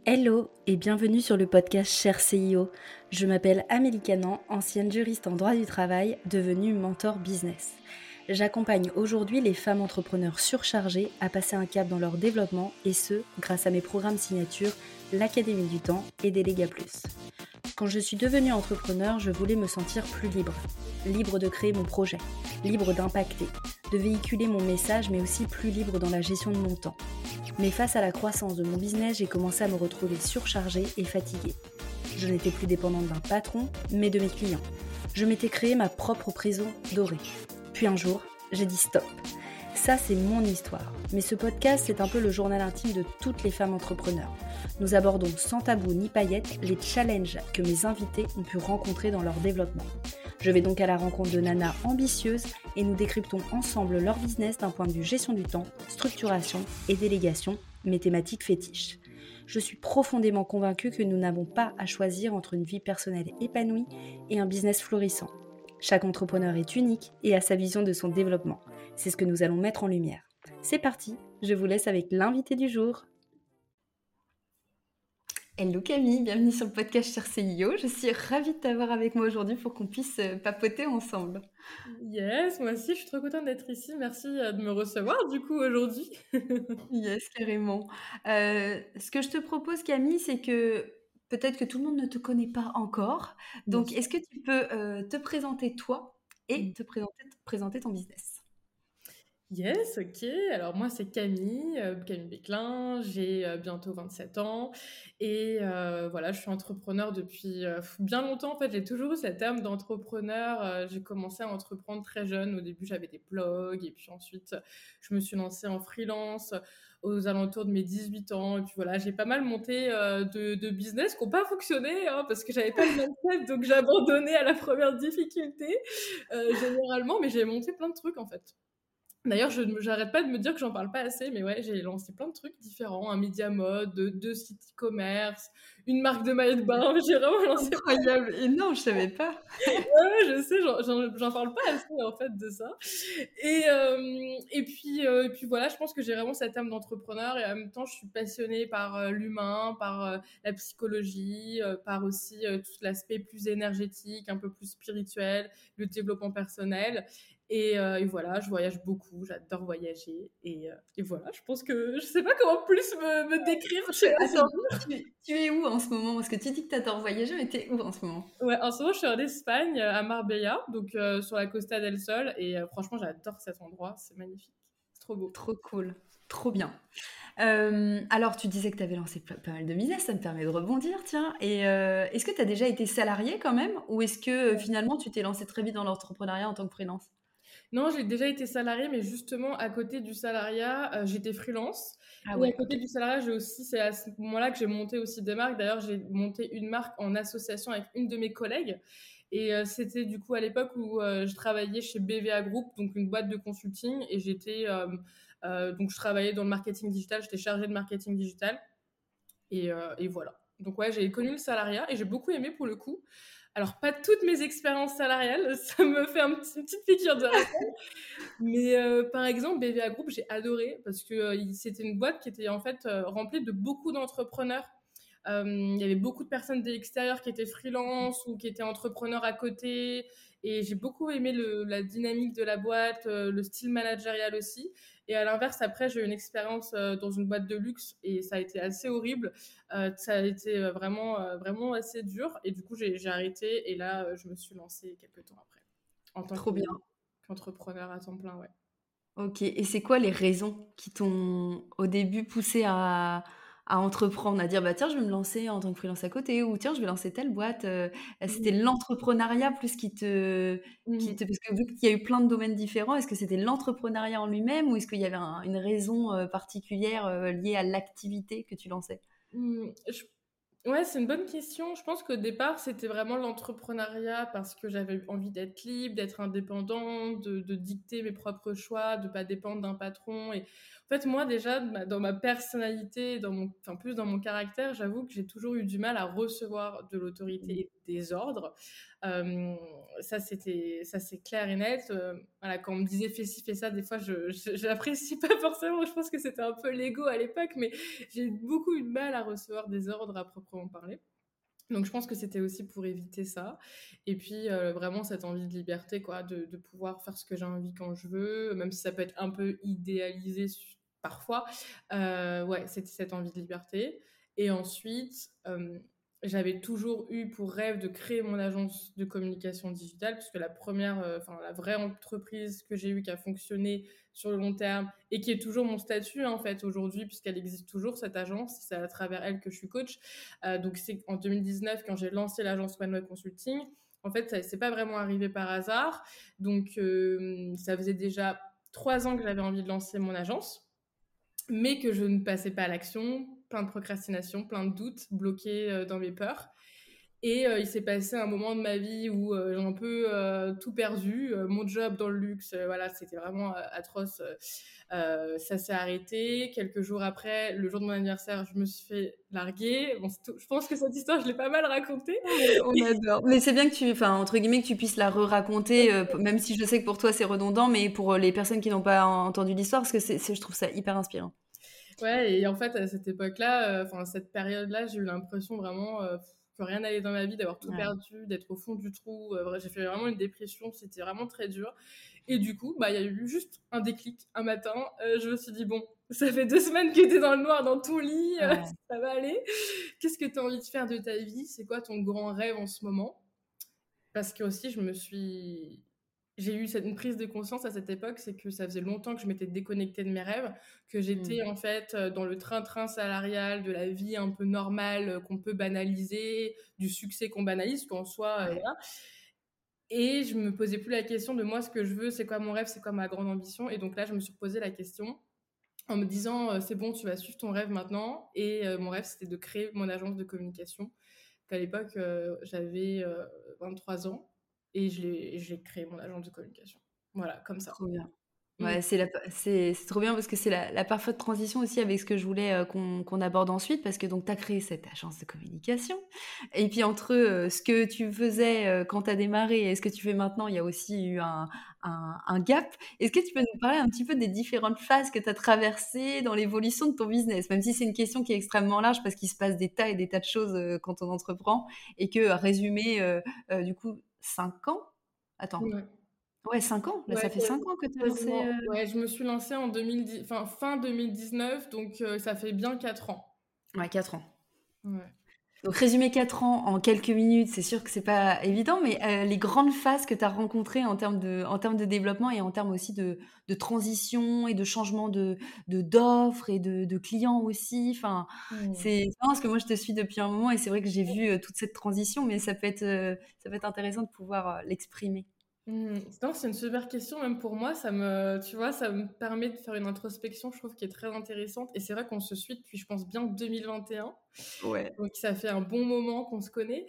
Hello et bienvenue sur le podcast Cher CIO. Je m'appelle Amélie Canan, ancienne juriste en droit du travail, devenue mentor business. J'accompagne aujourd'hui les femmes entrepreneurs surchargées à passer un cap dans leur développement et ce, grâce à mes programmes signature, l'Académie du Temps et Déléga Plus. Quand je suis devenue entrepreneur, je voulais me sentir plus libre. Libre de créer mon projet, libre d'impacter, de véhiculer mon message, mais aussi plus libre dans la gestion de mon temps. Mais face à la croissance de mon business, j'ai commencé à me retrouver surchargée et fatiguée. Je n'étais plus dépendante d'un patron, mais de mes clients. Je m'étais créé ma propre prison dorée. Puis un jour, j'ai dit stop. Ça, c'est mon histoire. Mais ce podcast, c'est un peu le journal intime de toutes les femmes entrepreneurs. Nous abordons sans tabou ni paillettes les challenges que mes invités ont pu rencontrer dans leur développement. Je vais donc à la rencontre de nanas ambitieuses et nous décryptons ensemble leur business d'un point de vue gestion du temps, structuration et délégation, mes thématiques fétiches. Je suis profondément convaincue que nous n'avons pas à choisir entre une vie personnelle épanouie et un business florissant. Chaque entrepreneur est unique et a sa vision de son développement. C'est ce que nous allons mettre en lumière. C'est parti, je vous laisse avec l'invité du jour. Hello Camille, bienvenue sur le podcast Cher CIO. Je suis ravie de t'avoir avec moi aujourd'hui pour qu'on puisse papoter ensemble. Yes, moi aussi, je suis trop contente d'être ici. Merci de me recevoir du coup aujourd'hui. Yes, carrément. Ce que je te propose Camille, c'est que peut-être que tout le monde ne te connaît pas encore. Bien Donc, sûr. est-ce que tu peux te présenter toi et te présenter ton business? Yes, ok. Alors moi, c'est Camille, Camille Béclin. J'ai bientôt 27 ans. Et voilà, je suis entrepreneur depuis bien longtemps. En fait, j'ai toujours eu cette âme d'entrepreneur. J'ai commencé à entreprendre très jeune. Au début, j'avais des blogs. Et puis ensuite, je me suis lancée en freelance aux alentours de mes 18 ans. Et puis voilà, j'ai pas mal monté de business qui n'ont pas fonctionné hein, parce que j'avais pas le mindset. Donc j'ai abandonné à la première difficulté, généralement. Mais j'ai monté plein de trucs en fait. D'ailleurs, j'arrête pas de me dire que j'en parle pas assez, mais ouais, j'ai lancé plein de trucs différents, un média mode, deux sites e-commerce, une marque de maillot de bain. J'ai vraiment lancé. Incroyable. Et non, je savais pas. Ouais, je sais, j'en parle pas assez en fait de ça. Et puis voilà, je pense que j'ai vraiment cette âme d'entrepreneur et en même temps, je suis passionnée par l'humain, par la psychologie, par aussi tout l'aspect plus énergétique, un peu plus spirituel, le développement personnel. Et voilà, je voyage beaucoup, j'adore voyager. Et voilà, je pense que je sais pas comment plus me décrire. Je sais pas si Attends, tu es où en ce moment? Parce que tu dis que tu adores voyager, mais tu es où en ce moment? ouais, en ce moment, je suis en Espagne, à Marbella, donc sur la Costa del Sol, et franchement, j'adore cet endroit, c'est magnifique, c'est trop beau. Trop cool, trop bien. Alors, tu disais que tu avais lancé pas mal de business, ça me permet de rebondir, tiens. Et est-ce que tu as déjà été salarié quand même? Ou est-ce que finalement tu t'es lancé très vite dans l'entrepreneuriat en tant que freelance? Non, j'ai déjà été salariée, mais justement, à côté du salariat, j'étais freelance. Ah Et à ouais, côté ok. du salariat, c'est à ce moment-là que j'ai monté aussi des marques. D'ailleurs, j'ai monté une marque en association avec une de mes collègues. Et c'était du coup à l'époque où je travaillais chez BVA Group, donc une boîte de consulting. Et donc je travaillais dans le marketing digital, j'étais chargée de marketing digital. Et voilà. Donc ouais, j'ai connu le salariat et j'ai beaucoup aimé pour le coup. Alors, pas toutes mes expériences salariales, ça me fait une petite piqûre de rappel. Mais par exemple, BVA Group, j'ai adoré parce que c'était une boîte qui était en fait remplie de beaucoup d'entrepreneurs. Il y avait beaucoup de personnes de l'extérieur qui étaient freelance ou qui étaient entrepreneurs à côté. Et j'ai beaucoup aimé la dynamique de la boîte, le style managérial aussi. Et à l'inverse, après, j'ai eu une expérience dans une boîte de luxe et ça a été assez horrible. Ça a été vraiment assez dur. Et du coup, j'ai arrêté et là, je me suis lancée quelques temps après en tant Trop bien. qu'entrepreneur à temps plein, ouais. Ok. Et c'est quoi les raisons qui t'ont au début poussé à entreprendre, à dire bah tiens, je vais me lancer en tant que freelance à côté, ou tiens, je vais lancer telle boîte. C'était Mhm. l'entrepreneuriat plus qui te. Mhm. Parce que vu qu'il y a eu plein de domaines différents, est-ce que c'était l'entrepreneuriat en lui-même ou est-ce qu'il y avait une raison particulière liée à l'activité que tu lançais? Mhm. Ouais, c'est une bonne question. Je pense qu'au départ, c'était vraiment l'entrepreneuriat parce que j'avais envie d'être libre, d'être indépendante, de dicter mes propres choix, de pas dépendre d'un patron. Et en fait, moi, déjà, dans ma personnalité, enfin, plus dans mon caractère, j'avoue que j'ai toujours eu du mal à recevoir de l'autorité. des ordres. Ça, c'est clair et net. Voilà, quand on me disait fais ci, fais ça, des fois, je n'apprécie pas forcément. Je pense que c'était un peu l'ego à l'époque, mais j'ai beaucoup eu de mal à recevoir des ordres à proprement parler. Donc je pense que c'était aussi pour éviter ça. Et puis vraiment cette envie de liberté, quoi, de pouvoir faire ce que j'ai envie quand je veux, même si ça peut être un peu idéalisé parfois. Ouais, c'était cette envie de liberté. Et ensuite, j'avais toujours eu pour rêve de créer mon agence de communication digitale, puisque la première, enfin la vraie entreprise que j'ai eue qui a fonctionné sur le long terme et qui est toujours mon statut en fait aujourd'hui, puisqu'elle existe toujours cette agence, c'est à travers elle que je suis coach. Donc c'est en 2019 quand j'ai lancé l'agence One Way Consulting. En fait, ça c'est pas vraiment arrivé par hasard. Donc ça faisait déjà 3 ans que j'avais envie de lancer mon agence, mais que je ne passais pas à l'action, plein de procrastination, plein de doutes, bloqués dans mes peurs. Et il s'est passé un moment de ma vie où j'ai un peu tout perdu. Mon job dans le luxe, voilà, c'était vraiment atroce. Ça s'est arrêté. Quelques jours après, le jour de mon anniversaire, je me suis fait larguer. Bon, je pense que cette histoire, je l'ai pas mal racontée. On adore. Mais c'est bien que enfin, entre guillemets, que tu puisses la re-raconter, même si je sais que pour toi c'est redondant, mais pour les personnes qui n'ont pas entendu l'histoire, parce que je trouve ça hyper inspirant. Ouais, et en fait, à cette époque-là, enfin, cette période-là, j'ai eu l'impression vraiment que rien n'allait dans ma vie, d'avoir tout Ouais. perdu, d'être au fond du trou. J'ai fait vraiment une dépression, c'était vraiment très dur. Et du coup, bah, il y a eu juste un déclic un matin. Je me suis dit, bon, ça fait 2 semaines que t'es dans le noir dans ton lit, Ouais. ça va aller. Qu'est-ce que t'as envie de faire de ta vie? C'est quoi ton grand rêve en ce moment? Parce que aussi, j'ai eu une prise de conscience à cette époque, c'est que ça faisait longtemps que je m'étais déconnectée de mes rêves, que j'étais en fait dans le train-train salarial de la vie un peu normale qu'on peut banaliser, du succès qu'on banalise, qu'en soi, Ouais. voilà. Et je me posais plus la question de moi, ce que je veux, c'est quoi mon rêve, c'est quoi ma grande ambition. Et donc là, je me suis posé la question en me disant, c'est bon, tu vas suivre ton rêve maintenant. Et mon rêve, c'était de créer mon agence de communication. Qu'à l'époque, j'avais 23 ans et j'ai créé mon agence de communication. Voilà, comme ça. Trop bien. Mmh. Ouais, c'est trop bien parce que c'est la parfaite transition aussi avec ce que je voulais qu'on aborde ensuite, parce que donc tu as créé cette agence de communication. Et puis entre ce que tu faisais quand tu as démarré et ce que tu fais maintenant, il y a aussi eu un gap. Est-ce que tu peux nous parler un petit peu des différentes phases que tu as traversées dans l'évolution de ton business? Même si c'est une question qui est extrêmement large parce qu'il se passe des tas et des tas de choses quand on entreprend et que résumer du coup 5 ans. Attends. Ouais. Ouais, 5 ans. Là, Ouais, ça fait 5 ans que tu as lancé, quasiment. Ouais, je me suis lancée en 2010, enfin, fin 2019, donc ça fait bien 4 ans. Ouais, 4 ans. Ouais. Donc résumer 4 ans en quelques minutes, c'est sûr que c'est pas évident, mais les grandes phases que tu as rencontrées en termes de développement et en termes aussi de transition et de changement d'offres et de clients aussi. Enfin, Mmh. c'est marrant parce que moi, je te suis depuis un moment et c'est vrai que j'ai vu toute cette transition, mais ça peut être intéressant de pouvoir l'exprimer. Non, c'est une super question, même pour moi, tu vois, ça me permet de faire une introspection, je trouve, qui est très intéressante. Et c'est vrai qu'on se suit depuis, je pense, bien 2021. Ouais. Donc ça fait un bon moment qu'on se connaît.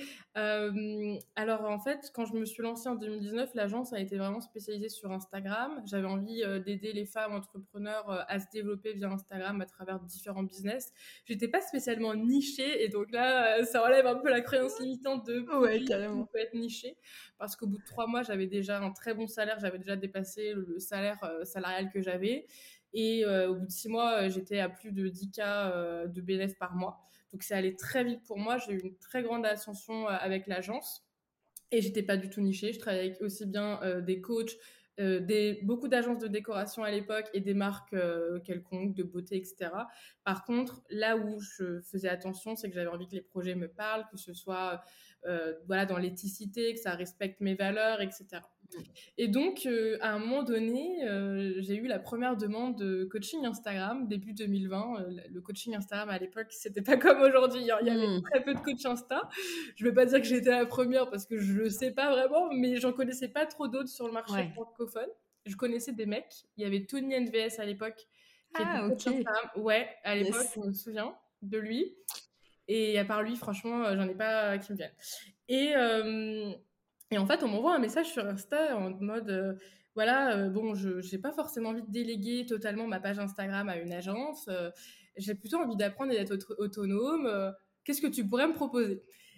Alors en fait, quand je me suis lancée en 2019, l'agence a été vraiment spécialisée sur Instagram. J'avais envie d'aider les femmes entrepreneurs à se développer via Instagram à travers différents business. J'étais pas spécialement nichée et donc là, ça enlève un peu la croyance limitante de Ouais, publicité carrément. peut être nichée. Parce qu'au bout de 3 mois, j'avais déjà un très bon salaire. J'avais déjà dépassé le salaire salarial que j'avais. Et au bout de 6 mois, j'étais à plus de 10K de bénéfices par mois. Donc c'est allé très vite pour moi. J'ai eu une très grande ascension avec l'agence et j'étais pas du tout nichée. Je travaillais avec aussi bien des coachs, beaucoup d'agences de décoration à l'époque et des marques quelconques de beauté, etc. Par contre, là où je faisais attention, c'est que j'avais envie que les projets me parlent, que ce soit voilà, dans l'éthicité, que ça respecte mes valeurs, etc. Et donc, à un moment donné, j'ai eu la première demande de coaching Instagram, début 2020. Le coaching Instagram, à l'époque, c'était pas comme aujourd'hui. Il y avait Mmh. très peu de coachs Insta. Je veux pas dire que j'étais la première parce que je le sais pas vraiment, mais j'en connaissais pas trop d'autres sur le marché Ouais. francophone. Je connaissais des mecs. Il y avait Tony NVS à l'époque, qui était Ah, coach OK. Instagram. Ouais, à l'époque, Yes. je me souviens de lui. Et à part lui, franchement, j'en ai pas qui me viennent. Et, euh, et en fait, on m'envoie un message sur Insta en mode voilà, bon, je n'ai pas forcément envie de déléguer totalement ma page Instagram à une agence. J'ai plutôt envie d'apprendre et d'être autonome. Qu'est-ce que tu pourrais me proposer?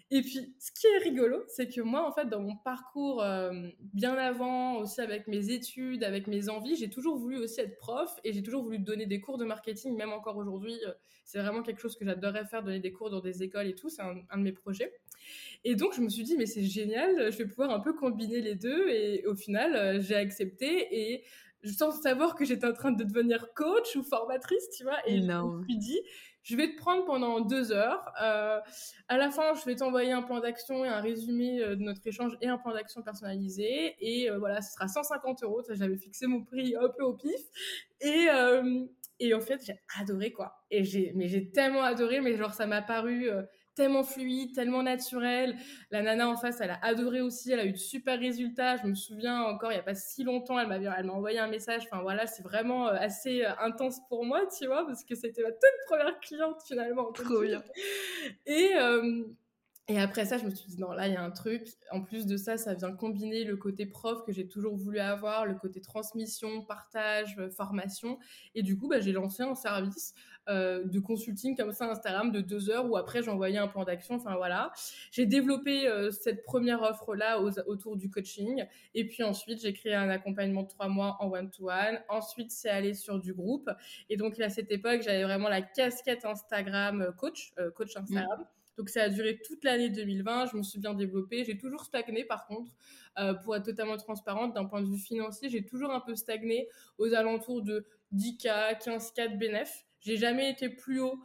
Et puis, ce qui est rigolo, c'est que moi, en fait, dans mon parcours, bien avant, aussi avec mes études, avec mes envies, j'ai toujours voulu aussi être prof et j'ai toujours voulu donner des cours de marketing, même encore aujourd'hui. C'est vraiment quelque chose que j'adorerais faire, donner des cours dans des écoles et tout. C'est un de mes projets. Et donc, je me suis dit, mais c'est génial, je vais pouvoir un peu combiner les deux. Et au final, j'ai accepté et sans savoir que j'étais en train de devenir coach ou formatrice, tu vois. Et je me Énorme. suis dit, je vais te prendre pendant 2 heures. À la fin, je vais t'envoyer un plan d'action et un résumé de notre échange et un plan d'action personnalisé. Et voilà, ce sera 150 €. J'avais fixé mon prix un peu au pif. Et, euh, et en fait, j'ai adoré, quoi. Mais j'ai tellement adoré, mais genre, ça m'a paru tellement fluide, tellement naturel. La nana en face, elle a adoré aussi, elle a eu de super résultats. Je me souviens encore, il n'y a pas si longtemps, elle m'a envoyé un message. Enfin voilà, c'est vraiment assez intense pour moi, tu vois, parce que c'était ma toute première cliente finalement en Trop coaching. bien. Et, euh, et après ça, je me suis dit, non, là, il y a un truc. En plus de ça, ça vient combiner le côté prof que j'ai toujours voulu avoir, le côté transmission, partage, formation. Et du coup, bah, j'ai lancé un service de consulting comme ça Instagram de 2 heures où après, j'envoyais un plan d'action. Enfin, voilà. J'ai développé cette première offre-là autour du coaching. Et puis ensuite, j'ai créé un accompagnement de 3 mois en one-to-one. Ensuite, c'est allé sur du groupe. Et donc, à cette époque, j'avais vraiment la casquette Instagram coach Mm. Instagram. Donc ça a duré toute l'année 2020, je me suis bien développée. J'ai toujours stagné par contre, pour être totalement transparente, d'un point de vue financier, j'ai toujours un peu stagné aux alentours de 10K, 15K de bénéf. J'ai jamais été plus haut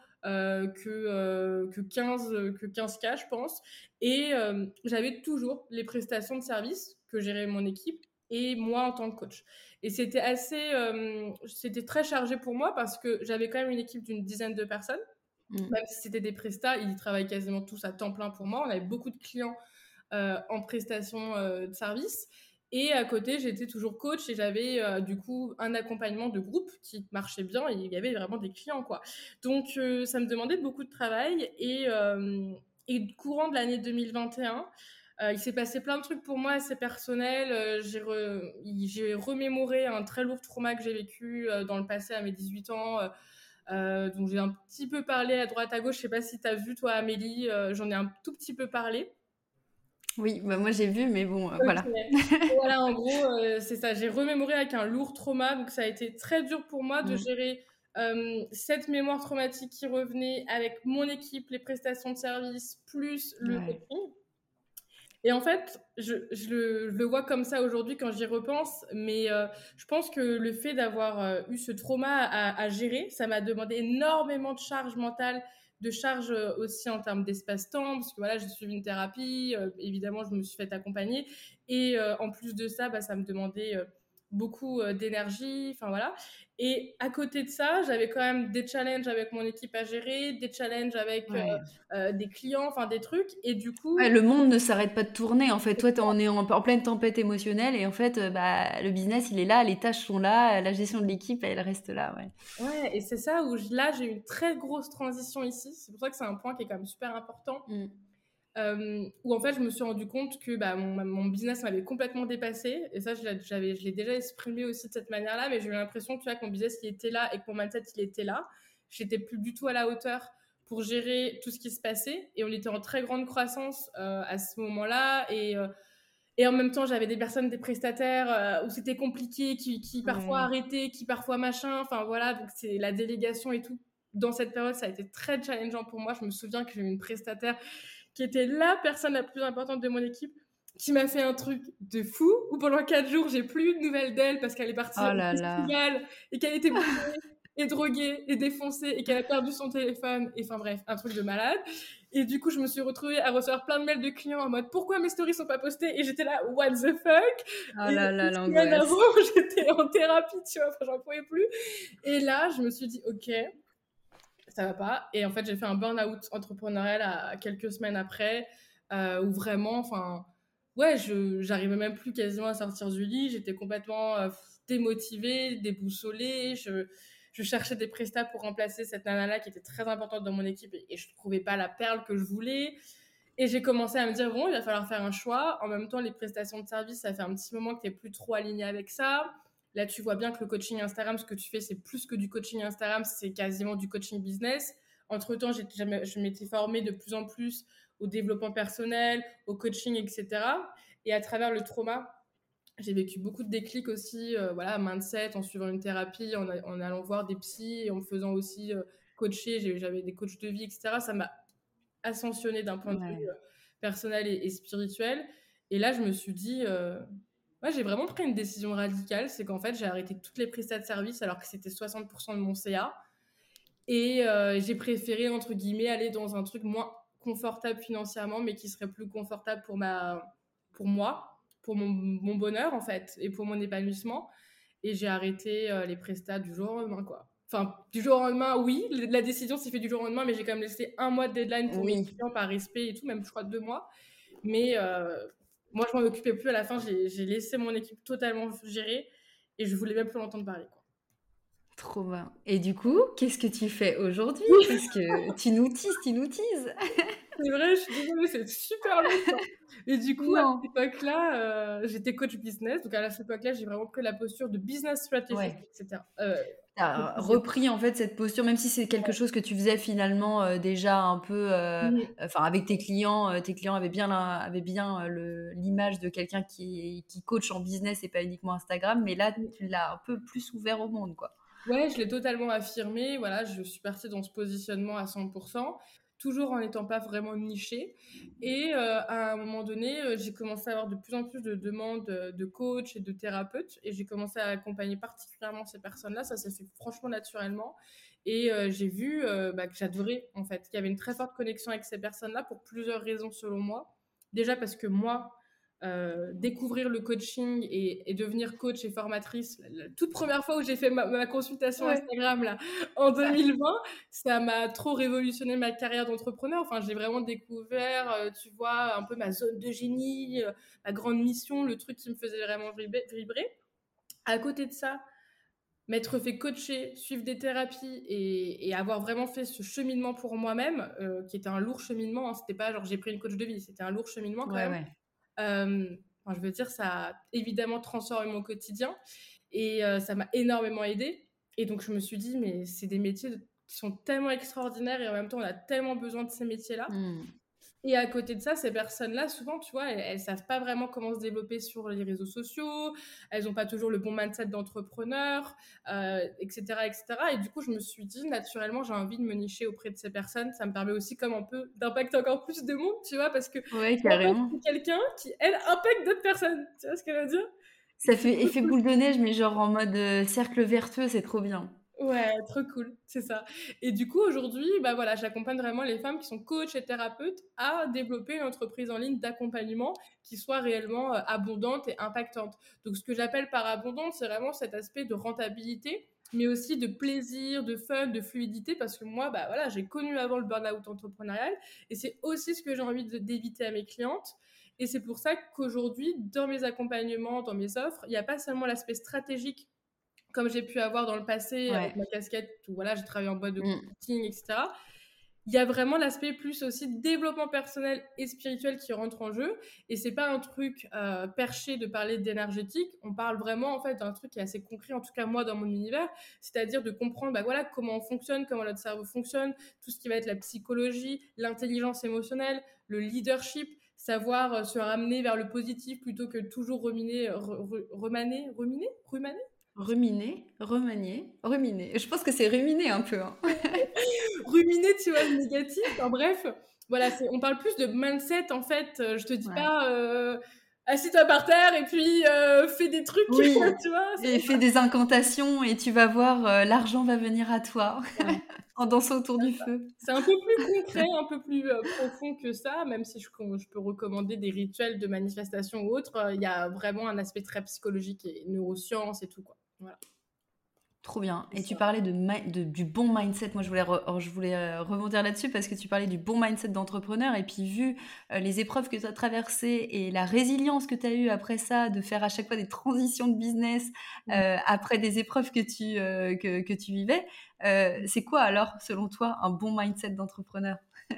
que 15K, je pense. Et j'avais toujours les prestations de service que gérait mon équipe et moi en tant que coach. Et c'était très chargé pour moi parce que j'avais quand même une équipe d'une dizaine de personnes. Mm. Même si c'était des prestats, ils travaillent quasiment tous à temps plein pour moi. On avait beaucoup de clients en prestation de service. Et à côté, j'étais toujours coach et j'avais du coup un accompagnement de groupe qui marchait bien et il y avait vraiment des clients, quoi. Donc, ça me demandait beaucoup de travail et courant de l'année 2021, il s'est passé plein de trucs pour moi assez personnels. J'ai remémoré un très lourd trauma que j'ai vécu dans le passé à mes 18 ans. Donc j'ai un petit peu parlé à droite à gauche. Je sais pas si tu as vu toi Amélie, j'en ai un tout petit peu parlé. Oui, bah moi j'ai vu, mais bon, Ok. voilà. Voilà, en gros, c'est ça. J'ai remémoré avec un lourd trauma, donc ça a été très dur pour moi de Mm. gérer cette mémoire traumatique qui revenait avec mon équipe, les prestations de service, plus le Ouais. coaching. Et en fait, je le vois comme ça aujourd'hui quand j'y repense, mais je pense que le fait d'avoir eu ce trauma à gérer, ça m'a demandé énormément de charge mentale, de charge aussi en termes d'espace-temps, parce que voilà, j'ai suivi une thérapie, évidemment, je me suis fait accompagner, et en plus de ça, bah, ça me demandait beaucoup d'énergie, enfin voilà. Et à côté de ça, j'avais quand même des challenges avec mon équipe à gérer, des challenges avec Ouais. des clients, enfin des trucs, et du Ouais, coup, le monde ne s'arrête pas de tourner. En fait, toi, on est en pleine tempête émotionnelle et en fait, bah, le business, il est là, les tâches sont là, la gestion de l'équipe, elle reste là. Ouais. ouais, et c'est ça où là, j'ai eu une très grosse transition ici. C'est pour ça que c'est un point qui est quand même super important. Mm. Où en fait, je me suis rendu compte que bah, mon business m'avait complètement dépassé. Et ça, je l'ai déjà exprimé aussi de cette manière-là, mais j'ai eu l'impression tu vois, que mon business, il était là et que mon mindset, il était là. J'étais plus du tout à la hauteur pour gérer tout ce qui se passait. Et on était en très grande croissance à ce moment-là. Et en même temps, j'avais des personnes, des prestataires où c'était compliqué, qui parfois Ouais. arrêtaient, qui parfois machin. Enfin voilà, donc c'est la délégation et tout. Dans cette période, ça a été très challengeant pour moi. Je me souviens que j'ai eu une prestataire qui était la personne la plus importante de mon équipe, qui m'a fait un truc de fou, où pendant 4 jours, j'ai plus eu de nouvelles d'elle parce qu'elle est partie Oh au là là. festival et qu'elle était bourrée et droguée et défoncée et qu'elle a perdu son téléphone. Et enfin bref, un truc de malade. Et du coup, je me suis retrouvée à recevoir plein de mails de clients en mode pourquoi mes stories sont pas postées? Et j'étais là, what the fuck? Oh Et là là, une semaine avant, l'angoisse. j'étais en thérapie, tu vois, enfin, j'en pouvais plus. Et là, je me suis dit, ok, ça va pas. Et en fait, j'ai fait un burn-out entrepreneurial à quelques semaines après, où vraiment, enfin, ouais, j'arrivais même plus quasiment à sortir du lit. J'étais complètement démotivée, déboussolée. Je cherchais des prestats pour remplacer cette nana-là qui était très importante dans mon équipe et je trouvais pas la perle que je voulais. Et j'ai commencé à me dire, bon, il va falloir faire un choix. En même temps, les prestations de service, ça fait un petit moment que tu n'es plus trop aligné avec ça. Là, tu vois bien que le coaching Instagram, ce que tu fais, c'est plus que du coaching Instagram, c'est quasiment du coaching business. Entre-temps, je m'étais formée de plus en plus au développement personnel, au coaching, etc. Et à travers le trauma, j'ai vécu beaucoup de déclics aussi, voilà, mindset, en suivant une thérapie, en allant voir des psys et en me faisant aussi coacher. J'avais des coachs de vie, etc. Ça m'a ascensionné d'un point de vue Ouais. personnel et spirituel. Et là, je me suis dit, ouais, j'ai vraiment pris une décision radicale. C'est qu'en fait, j'ai arrêté toutes les prestats de service alors que c'était 60% de mon CA. Et j'ai préféré, entre guillemets, aller dans un truc moins confortable financièrement, mais qui serait plus confortable pour moi, pour mon bonheur, en fait, et pour mon épanouissement. Et j'ai arrêté les prestats du jour au lendemain, quoi. Enfin, du jour au lendemain, oui, la décision s'est faite du jour au lendemain, mais j'ai quand même laissé 1 mois de deadline pour mes Oui. clients par respect et tout, même je crois 2 mois. Mais moi, je m'en occupais plus. À la fin, j'ai laissé mon équipe totalement gérer et je voulais même plus l'entendre parler, quoi. Trop bien. Et du coup, qu'est-ce que tu fais aujourd'hui? Parce que tu nous teases, tu nous teases. C'est vrai, je suis désolée, c'est super long, quoi. Et du coup, à Non. cette époque-là, j'étais coach business. Donc, à cette époque-là, j'ai vraiment pris la posture de business strategist, Ouais. etc. Tu as quotidien. repris en fait cette posture, même si c'est quelque chose que tu faisais finalement déjà un peu, Mhm. enfin avec tes clients avaient bien l'image de quelqu'un qui coach en business et pas uniquement Instagram, mais là tu l'as un peu plus ouvert au monde, quoi. Ouais, je l'ai totalement affirmé. Voilà, je suis partie dans ce positionnement à 100%, toujours en n'étant pas vraiment nichée. Et à un moment donné, j'ai commencé à avoir de plus en plus de demandes de coach et de thérapeutes. Et j'ai commencé à accompagner particulièrement ces personnes-là. Ça s'est fait franchement naturellement. Et j'ai vu que j'adorais, en fait, qu'il y avait une très forte connexion avec ces personnes-là pour plusieurs raisons, selon moi. Déjà parce que moi, découvrir le coaching et devenir coach et formatrice, la toute première fois où j'ai fait ma consultation Ouais. Instagram là, en 2020, ça m'a trop révolutionné ma carrière d'entrepreneur. Enfin, j'ai vraiment découvert, tu vois, un peu ma zone de génie, ma grande mission, le truc qui me faisait vraiment vibrer. À côté de ça, m'être fait coacher, suivre des thérapies et avoir vraiment fait ce cheminement pour moi-même, qui était un lourd cheminement, hein. C'était pas genre j'ai pris une coach de vie, c'était un lourd cheminement quand Ouais, même. ouais. Enfin, je veux dire, ça a évidemment transformé mon quotidien et ça m'a énormément aidée. Et donc, je me suis dit, mais c'est des métiers qui sont tellement extraordinaires et en même temps, on a tellement besoin de ces métiers-là. Hmm. Et à côté de ça, ces personnes-là, souvent, tu vois, elles savent pas vraiment comment se développer sur les réseaux sociaux, elles ont pas toujours le bon mindset d'entrepreneur, etc., etc. Et du coup, je me suis dit, naturellement, j'ai envie de me nicher auprès de ces personnes. Ça me permet aussi comme un peu d'impacter encore plus de monde, tu vois, parce que Ouais, moi, carrément. je suis quelqu'un qui, elle, impacte d'autres personnes. Tu vois ce que je veux dire? Ça fait effet boule de neige, mais genre en mode cercle vertueux, c'est trop bien. Ouais, trop cool, c'est ça. Et du coup, aujourd'hui, bah voilà, j'accompagne vraiment les femmes qui sont coachs et thérapeutes à développer une entreprise en ligne d'accompagnement qui soit réellement abondante et impactante. Donc, ce que j'appelle par abondante, c'est vraiment cet aspect de rentabilité, mais aussi de plaisir, de fun, de fluidité, parce que moi, bah voilà, j'ai connu avant le burn-out entrepreneurial, et c'est aussi ce que j'ai envie d'éviter à mes clientes. Et c'est pour ça qu'aujourd'hui, dans mes accompagnements, dans mes offres, il n'y a pas seulement l'aspect stratégique comme j'ai pu avoir dans le passé avec Ouais. ma casquette où voilà, j'ai travaillé en boîte de Hmm. consulting, etc. Il y a vraiment l'aspect plus aussi développement personnel et spirituel qui rentre en jeu. Et c'est pas un truc perché de parler d'énergétique. On parle vraiment en fait d'un truc qui est assez concret, en tout cas moi dans mon univers, c'est-à-dire de comprendre bah, voilà, comment on fonctionne, comment notre cerveau fonctionne, tout ce qui va être la psychologie, l'intelligence émotionnelle, le leadership, savoir se ramener vers le positif plutôt que toujours ruminer, rumaner. Ruminer, remanier, ruminer. Je pense que c'est ruminer un peu, hein. Ruminer, tu vois, le négatif. Enfin, bref, voilà, on parle plus de mindset, en fait. Je te dis Ouais. pas, assis-toi par terre et puis fais des trucs, Oui, tu vois. et fais des incantations et tu vas voir, l'argent va venir à toi Ouais, en dansant autour du feu. c'est un peu plus concret, un peu plus profond que ça, même si je peux recommander des rituels de manifestation ou autres. Il y a vraiment un aspect très psychologique et neurosciences et tout, quoi. Voilà, Trop bien. c'est Et tu ça. parlais du bon mindset. Moi, je voulais rebondir là-dessus parce que tu parlais du bon mindset d'entrepreneur. Et puis, vu les épreuves que tu as traversées et la résilience que tu as eue après ça, de faire à chaque fois des transitions de business après des épreuves que tu vivais, c'est quoi alors, selon toi, un bon mindset d'entrepreneur?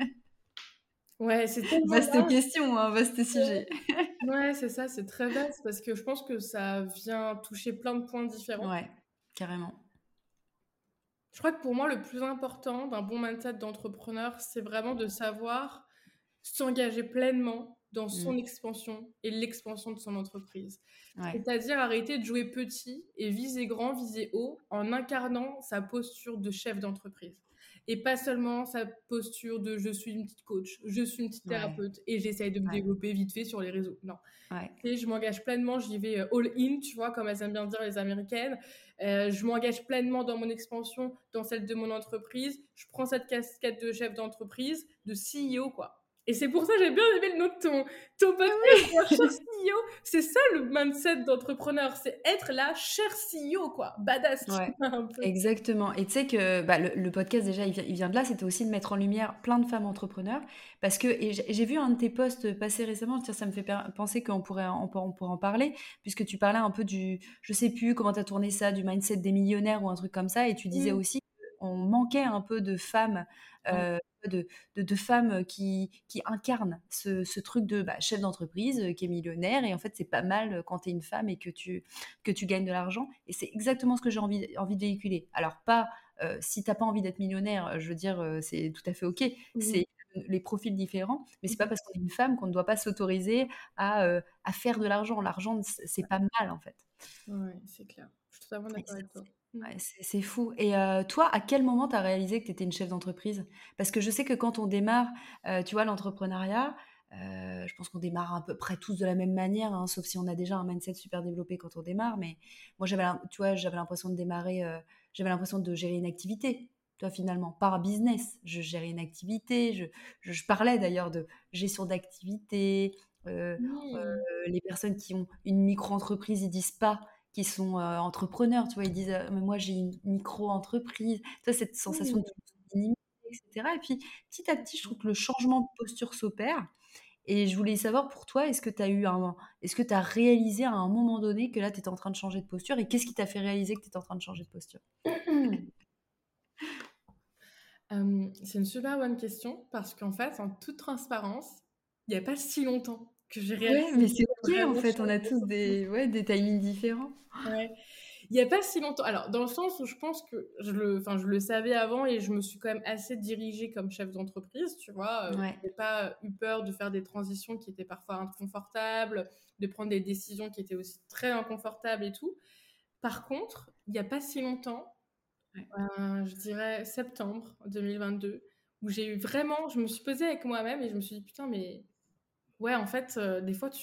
Ouais, c'est tellement Vaste large. question, hein, vaste sujet. Ouais, c'est ça, c'est très vaste parce que je pense que ça vient toucher plein de points différents. Ouais, carrément. Je crois que pour moi, le plus important d'un bon mindset d'entrepreneur, c'est vraiment de savoir s'engager pleinement dans Mmh. son expansion et l'expansion de son entreprise. Ouais, C'est-à-dire arrêter de jouer petit et viser grand, viser haut en incarnant sa posture de chef d'entreprise. Et pas seulement sa posture de je suis une petite coach, je suis une petite ouais, thérapeute et j'essaye de me ouais, développer vite fait sur les réseaux. Non. ouais. Et je m'engage pleinement, j'y vais all in, tu vois, comme elles aiment bien dire les Américaines. Je m'engage pleinement dans mon expansion, dans celle de mon entreprise. Je prends cette casquette de chef d'entreprise, de CEO, quoi. Et c'est pour ça que j'ai bien aimé le nom de ton Ah podcast, oui! quoi, cher CEO. C'est ça le mindset d'entrepreneur, c'est être la chère CEO, quoi. Badass, tu Ouais, vois, un peu. exactement. Et tu sais que bah, le podcast, déjà, il vient de là. C'était aussi de mettre en lumière plein de femmes entrepreneurs. Parce que, et j'ai vu un de tes posts passer récemment, tiens, ça me fait penser qu'on pourrait en parler, puisque tu parlais un peu je sais plus comment tu as tourné ça, du mindset des millionnaires ou un truc comme ça. Et tu disais Mm. aussi qu'on manquait un peu de femmes, Ouais. de femmes qui incarnent ce truc de bah, chef d'entreprise qui est millionnaire. Et en fait, c'est pas mal quand tu es une femme et que tu gagnes de l'argent. Et c'est exactement ce que j'ai envie de véhiculer. Alors, pas si t'as pas envie d'être millionnaire, je veux dire, c'est tout à fait OK. Mhm. C'est les profils différents, mais c'est pas Mhm. parce qu'on est une femme qu'on ne doit pas s'autoriser à faire de l'argent. L'argent, c'est pas mal, en fait. Ouais, c'est clair. Je suis totalement Et d'accord ça, avec toi. Mm. ouais, c'est fou. Et toi, à quel moment tu as réalisé que tu étais une chef d'entreprise? Parce que je sais que quand on démarre, tu vois, l'entrepreneuriat, je pense qu'on démarre à peu près tous de la même manière, hein, sauf si on a déjà un mindset super développé quand on démarre. Mais moi, tu vois, j'avais l'impression de démarrer, j'avais l'impression de gérer une activité. Toi, finalement, pas un business. Je gérais une activité. Je parlais d'ailleurs de gestion d'activité. euh, euh, Mm. les personnes qui ont une micro-entreprise, ils disent pas qui sont entrepreneurs, tu vois, ils disent mais moi j'ai une micro-entreprise, tu vois, cette sensation de Mm. minimiser, etc. Et puis petit à petit, je trouve que le changement de posture s'opère. Et je voulais savoir pour toi, est-ce que tu as réalisé à un moment donné que là, tu étais en train de changer de posture et qu'est-ce qui t'a fait réaliser que tu étais en train de changer de posture? C'est une super bonne question parce qu'en fait, en toute transparence, il n'y a pas si longtemps que j'ai réalisé Ouais, que mais je c'est voulais ok en vraiment fait, on a changer. tous des timings différents. Ouais. Il n'y a pas si longtemps. Alors, dans le sens où je pense que je le savais avant et je me suis quand même assez dirigée comme chef d'entreprise, tu vois. Ouais, J'ai pas eu peur de faire des transitions qui étaient parfois inconfortables, de prendre des décisions qui étaient aussi très inconfortables et tout. Par contre, il n'y a pas si longtemps, ouais. je dirais septembre 2022, où j'ai eu vraiment, je me suis posée avec moi-même et je me suis dit, putain, mais ouais, en fait, des fois,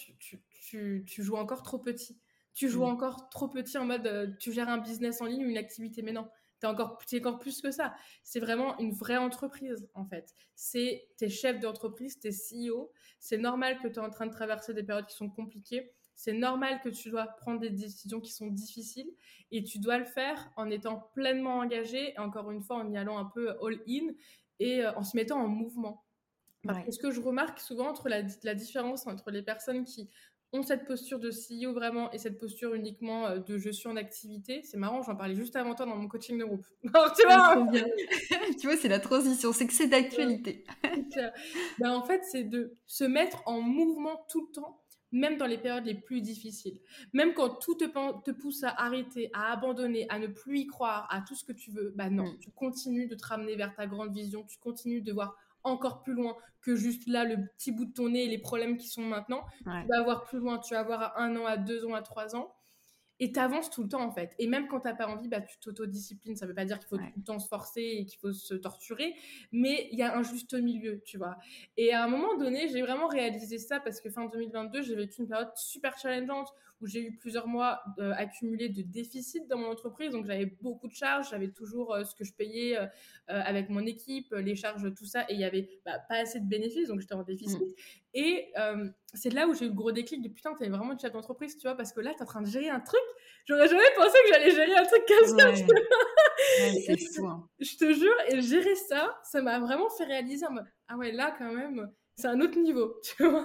tu joues encore trop petit. Tu joues Mm. encore trop petit en mode, tu gères un business en ligne ou une activité, mais non, t'es encore plus que ça. C'est vraiment une vraie entreprise, en fait. T'es chef d'entreprise, t'es CEO. C'est normal que tu es en train de traverser des périodes qui sont compliquées. C'est normal que tu dois prendre des décisions qui sont difficiles et tu dois le faire en étant pleinement engagé et encore une fois en y allant un peu all-in et en se mettant en mouvement. Parce que Ouais. ce que je remarque souvent entre la différence entre les personnes qui ont cette posture de CEO vraiment et cette posture uniquement de je suis en activité, c'est marrant, j'en parlais juste avant toi dans mon coaching de groupe. Alors, tu Ah, vois, trop bien. Tu vois, c'est la transition, c'est que c'est d'actualité. c'est clair. Ben, en fait, c'est de se mettre en mouvement tout le temps, même dans les périodes les plus difficiles. Même quand tout te pousse à arrêter, à abandonner, à ne plus y croire, à tout ce que tu veux, bah non, Mm. tu continues de te ramener vers ta grande vision, tu continues de voir encore plus loin que juste là, le petit bout de ton nez et les problèmes qui sont maintenant. Tu Ouais. vas voir plus loin, tu vas voir à 1 an, à 2 ans, à 3 ans. Et t'avances tout le temps en fait. Et même quand t'as pas envie, bah, tu t'autodisciplines. Ça veut pas dire qu'il faut tout Ouais. le temps se forcer et qu'il faut se torturer, mais il y a un juste milieu, tu vois. Et à un moment donné, j'ai vraiment réalisé ça parce que fin 2022, j'ai vécu une période super challengeante où j'ai eu plusieurs mois accumulés de déficit dans mon entreprise. Donc j'avais beaucoup de charges, j'avais toujours ce que je payais avec mon équipe, les charges, tout ça, et il y avait bah, pas assez de bénéfices, donc j'étais en déficit. Mm. Et c'est là où j'ai eu le gros déclic de putain, t'es vraiment une chef d'entreprise, tu vois, parce que là, t'es en train de gérer un truc. J'aurais jamais pensé que j'allais gérer un truc comme ça. Ouais. Ouais, Et c'est fou, hein. je te jure, et gérer ça, ça m'a vraiment fait réaliser en mode, ah ouais, là, quand même, c'est un autre niveau, tu vois.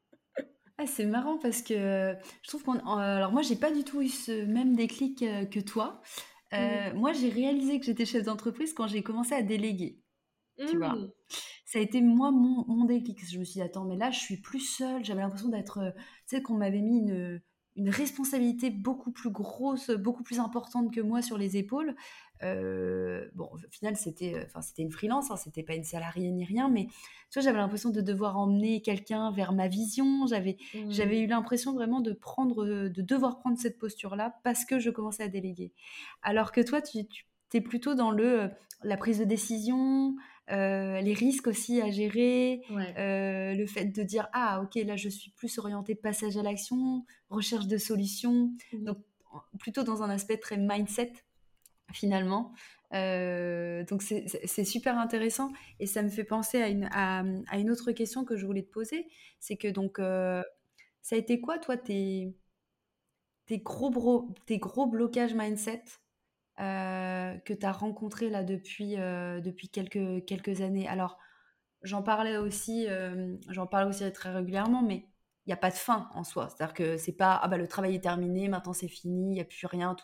Ah, c'est marrant parce que je trouve alors moi, j'ai pas du tout eu ce même déclic que toi. Mm. Moi, j'ai réalisé que j'étais chef d'entreprise quand j'ai commencé à déléguer, tu vois. Mm. Ça a été moi mon déclic. Je me suis dit, attends, mais là, je suis plus seule. J'avais l'impression d'être, tu sais, qu'on m'avait mis une responsabilité beaucoup plus grosse, beaucoup plus importante que moi sur les épaules. bon, au final, c'était une freelance, hein, c'était pas une salariée ni rien, mais tu vois, j'avais l'impression de devoir emmener quelqu'un vers ma vision. J'avais eu l'impression vraiment de devoir prendre cette posture-là parce que je commençais à déléguer. Alors que toi, tu es plutôt dans la prise de décision, les risques aussi à gérer, Ouais. le fait de dire ah ok là je suis plus orientée passage à l'action, recherche de solutions, Mhm. donc plutôt dans un aspect très mindset finalement. Donc c'est super intéressant et ça me fait penser à une autre question que je voulais te poser, c'est que donc ça a été quoi toi tes gros blocages mindset que tu as rencontrés là depuis quelques années. Alors j'en parlais aussi très régulièrement, mais il n'y a pas de fin en soi. C'est-à-dire que c'est pas ah bah le travail est terminé, maintenant c'est fini, il n'y a plus rien,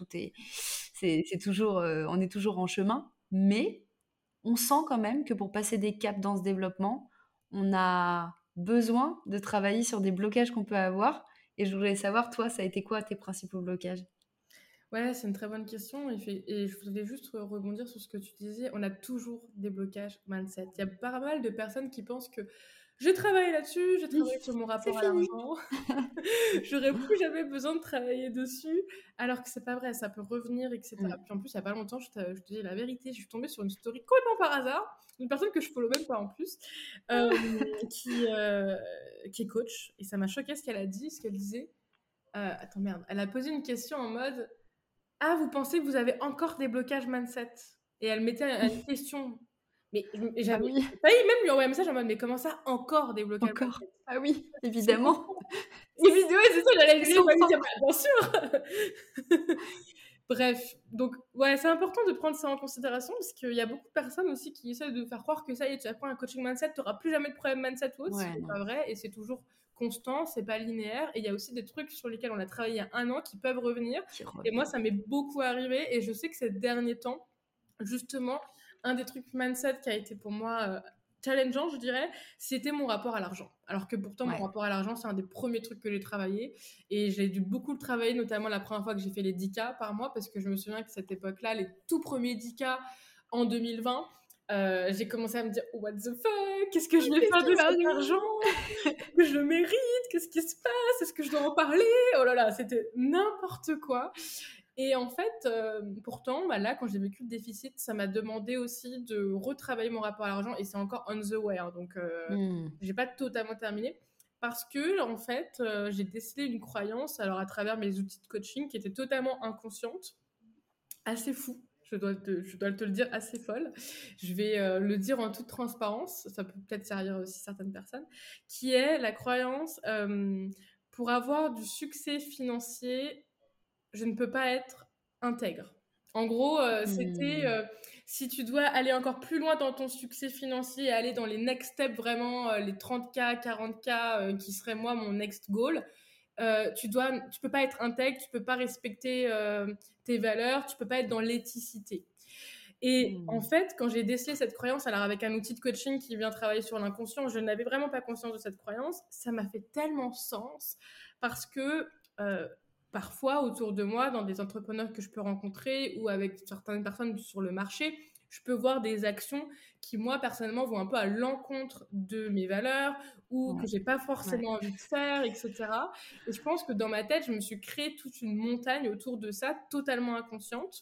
c'est toujours on est toujours en chemin, mais on sent quand même que pour passer des caps dans ce développement, on a besoin de travailler sur des blocages qu'on peut avoir. Et je voulais savoir, toi, ça a été quoi tes principaux blocages? Ouais, c'est une très bonne question. Et je voulais juste rebondir sur ce que tu disais. On a toujours des blocages mindset. Il y a pas mal de personnes qui pensent que j'ai travaillé là-dessus, j'ai travaillé sur mon C'est rapport à fini. l'argent, j'aurais plus jamais besoin de travailler dessus, alors que c'est pas vrai, ça peut revenir, etc. Mm. Puis en plus, il y a pas longtemps, je te dis la vérité, je suis tombée sur une story complètement par hasard, une personne que je follow même pas en plus, euh, qui, euh, qui est coach, et ça m'a choqué ce qu'elle a dit, ce qu'elle disait. Attends, merde, elle a posé une question en mode ah, vous pensez que vous avez encore des blocages mindset? Et elle mettait une question. Et Ah j'avais oui, failli même lui envoyer un message en mode, mais comment ça, encore des blocages encore. mindset? Ah oui, C'est évidemment. les vidéos, c'est ça, j'allais C'est lui sans fin. dire, bah, bien sûr. Bref, donc ouais, c'est important de prendre ça en considération parce qu'il y a beaucoup de personnes aussi qui essaient de faire croire que ça y est, tu apprends un coaching mindset, tu n'auras plus jamais de problème mindset ou autre, ce Ouais, n'est non. pas vrai et c'est toujours constant, c'est pas linéaire et il y a aussi des trucs sur lesquels on a travaillé il y a un an qui peuvent revenir Qui et moi revient. ça m'est beaucoup arrivé et je sais que ces derniers temps, justement, un des trucs mindset qui a été pour moi challengeant, je dirais, c'était mon rapport à l'argent. Alors que pourtant, mon Ouais. rapport à l'argent, c'est un des premiers trucs que j'ai travaillé. Et j'ai dû beaucoup le travailler, notamment la première fois que j'ai fait les 10K par mois, parce que je me souviens que cette époque-là, les tout premiers 10K en 2020, j'ai commencé à me dire what the fuck, qu'est-ce que je vais Qu'est-ce faire qui de cet argent? m'arrive? Est-ce que je le mérite? Qu'est-ce qui se passe? Est-ce que je dois en parler? Oh là là, c'était n'importe quoi. Et en fait, pourtant, bah là, quand j'ai vécu le déficit, ça m'a demandé aussi de retravailler mon rapport à l'argent et c'est encore on the way, hein, donc Hmm. j'ai pas totalement terminé parce que en fait, j'ai décelé une croyance, alors à travers mes outils de coaching qui étaient totalement inconscientes, assez fou. Je dois te le dire, assez folle. Je vais le dire en toute transparence, ça peut peut-être servir aussi certaines personnes, qui est la croyance pour avoir du succès financier, je ne peux pas être intègre. En gros, c'était Hmm. si tu dois aller encore plus loin dans ton succès financier et aller dans les next steps, vraiment les 30K, 40K, qui serait moi mon next goal, tu peux pas être intègre, tu peux pas respecter tes valeurs, tu peux pas être dans l'éthicité. Et en Hmm. fait, quand j'ai décelé cette croyance, alors avec un outil de coaching qui vient travailler sur l'inconscient, je n'avais vraiment pas conscience de cette croyance. Ça m'a fait tellement sens parce que euh, parfois autour de moi, dans des entrepreneurs que je peux rencontrer ou avec certaines personnes sur le marché, je peux voir des actions qui, moi, personnellement, vont un peu à l'encontre de mes valeurs ou que Ouais. j'ai pas Ouais. forcément envie de faire, etc. Et je pense que dans ma tête, je me suis créé toute une montagne autour de ça, totalement inconsciente.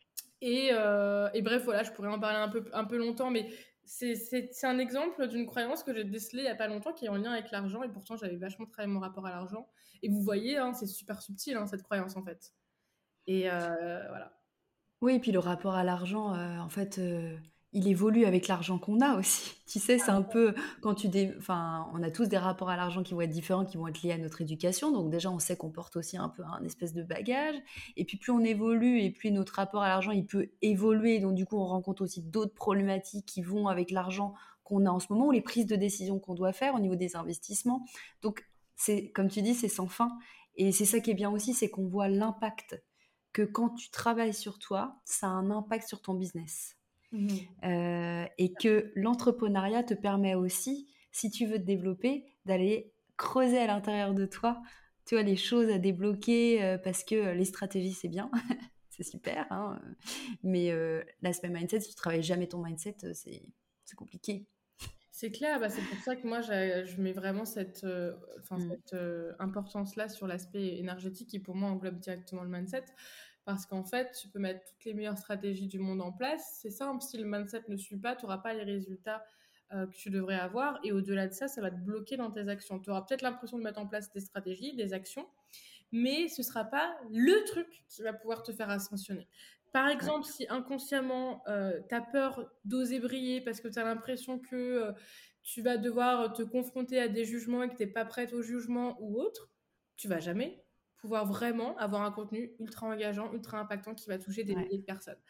Et bref, voilà, je pourrais en parler un peu longtemps, mais c'est un exemple d'une croyance que j'ai décelée il n'y a pas longtemps qui est en lien avec l'argent, et pourtant j'avais vachement travaillé mon rapport à l'argent. Et vous voyez, hein, c'est super subtil, hein, cette croyance en fait. Et voilà. Oui, et puis le rapport à l'argent, en fait, il évolue avec l'argent qu'on a aussi. Tu sais, c'est un peu quand enfin, on a tous des rapports à l'argent qui vont être différents, qui vont être liés à notre éducation. Donc déjà, on sait qu'on porte aussi un peu un espèce de bagage. Et puis plus on évolue et plus notre rapport à l'argent, il peut évoluer. Donc du coup, on rencontre aussi d'autres problématiques qui vont avec l'argent qu'on a en ce moment ou les prises de décision qu'on doit faire au niveau des investissements. Donc c'est, comme tu dis, c'est sans fin. Et c'est ça qui est bien aussi, c'est qu'on voit l'impact que quand tu travailles sur toi, ça a un impact sur ton business. Mhm. Et que l'entrepreneuriat te permet aussi, si tu veux te développer, d'aller creuser à l'intérieur de toi, tu vois, les choses à débloquer, parce que les stratégies, c'est bien, c'est super, hein. Mais l'aspect mindset, si tu travailles jamais ton mindset, c'est compliqué. C'est clair, bah, c'est pour ça que moi, je mets vraiment cette, cette importance-là sur l'aspect énergétique qui, pour moi, englobe directement le mindset. Parce qu'en fait, tu peux mettre toutes les meilleures stratégies du monde en place. C'est simple, si le mindset ne suit pas, tu n'auras pas les résultats que tu devrais avoir. Et au-delà de ça, ça va te bloquer dans tes actions. Tu auras peut-être l'impression de mettre en place des stratégies, des actions, mais ce ne sera pas le truc qui va pouvoir te faire ascensionner. Par exemple, si inconsciemment, tu as peur d'oser briller parce que tu as l'impression que tu vas devoir te confronter à des jugements et que tu n'es pas prête au jugement ou autre, tu vas jamais pouvoir vraiment avoir un contenu ultra engageant, ultra impactant qui va toucher des milliers de personnes.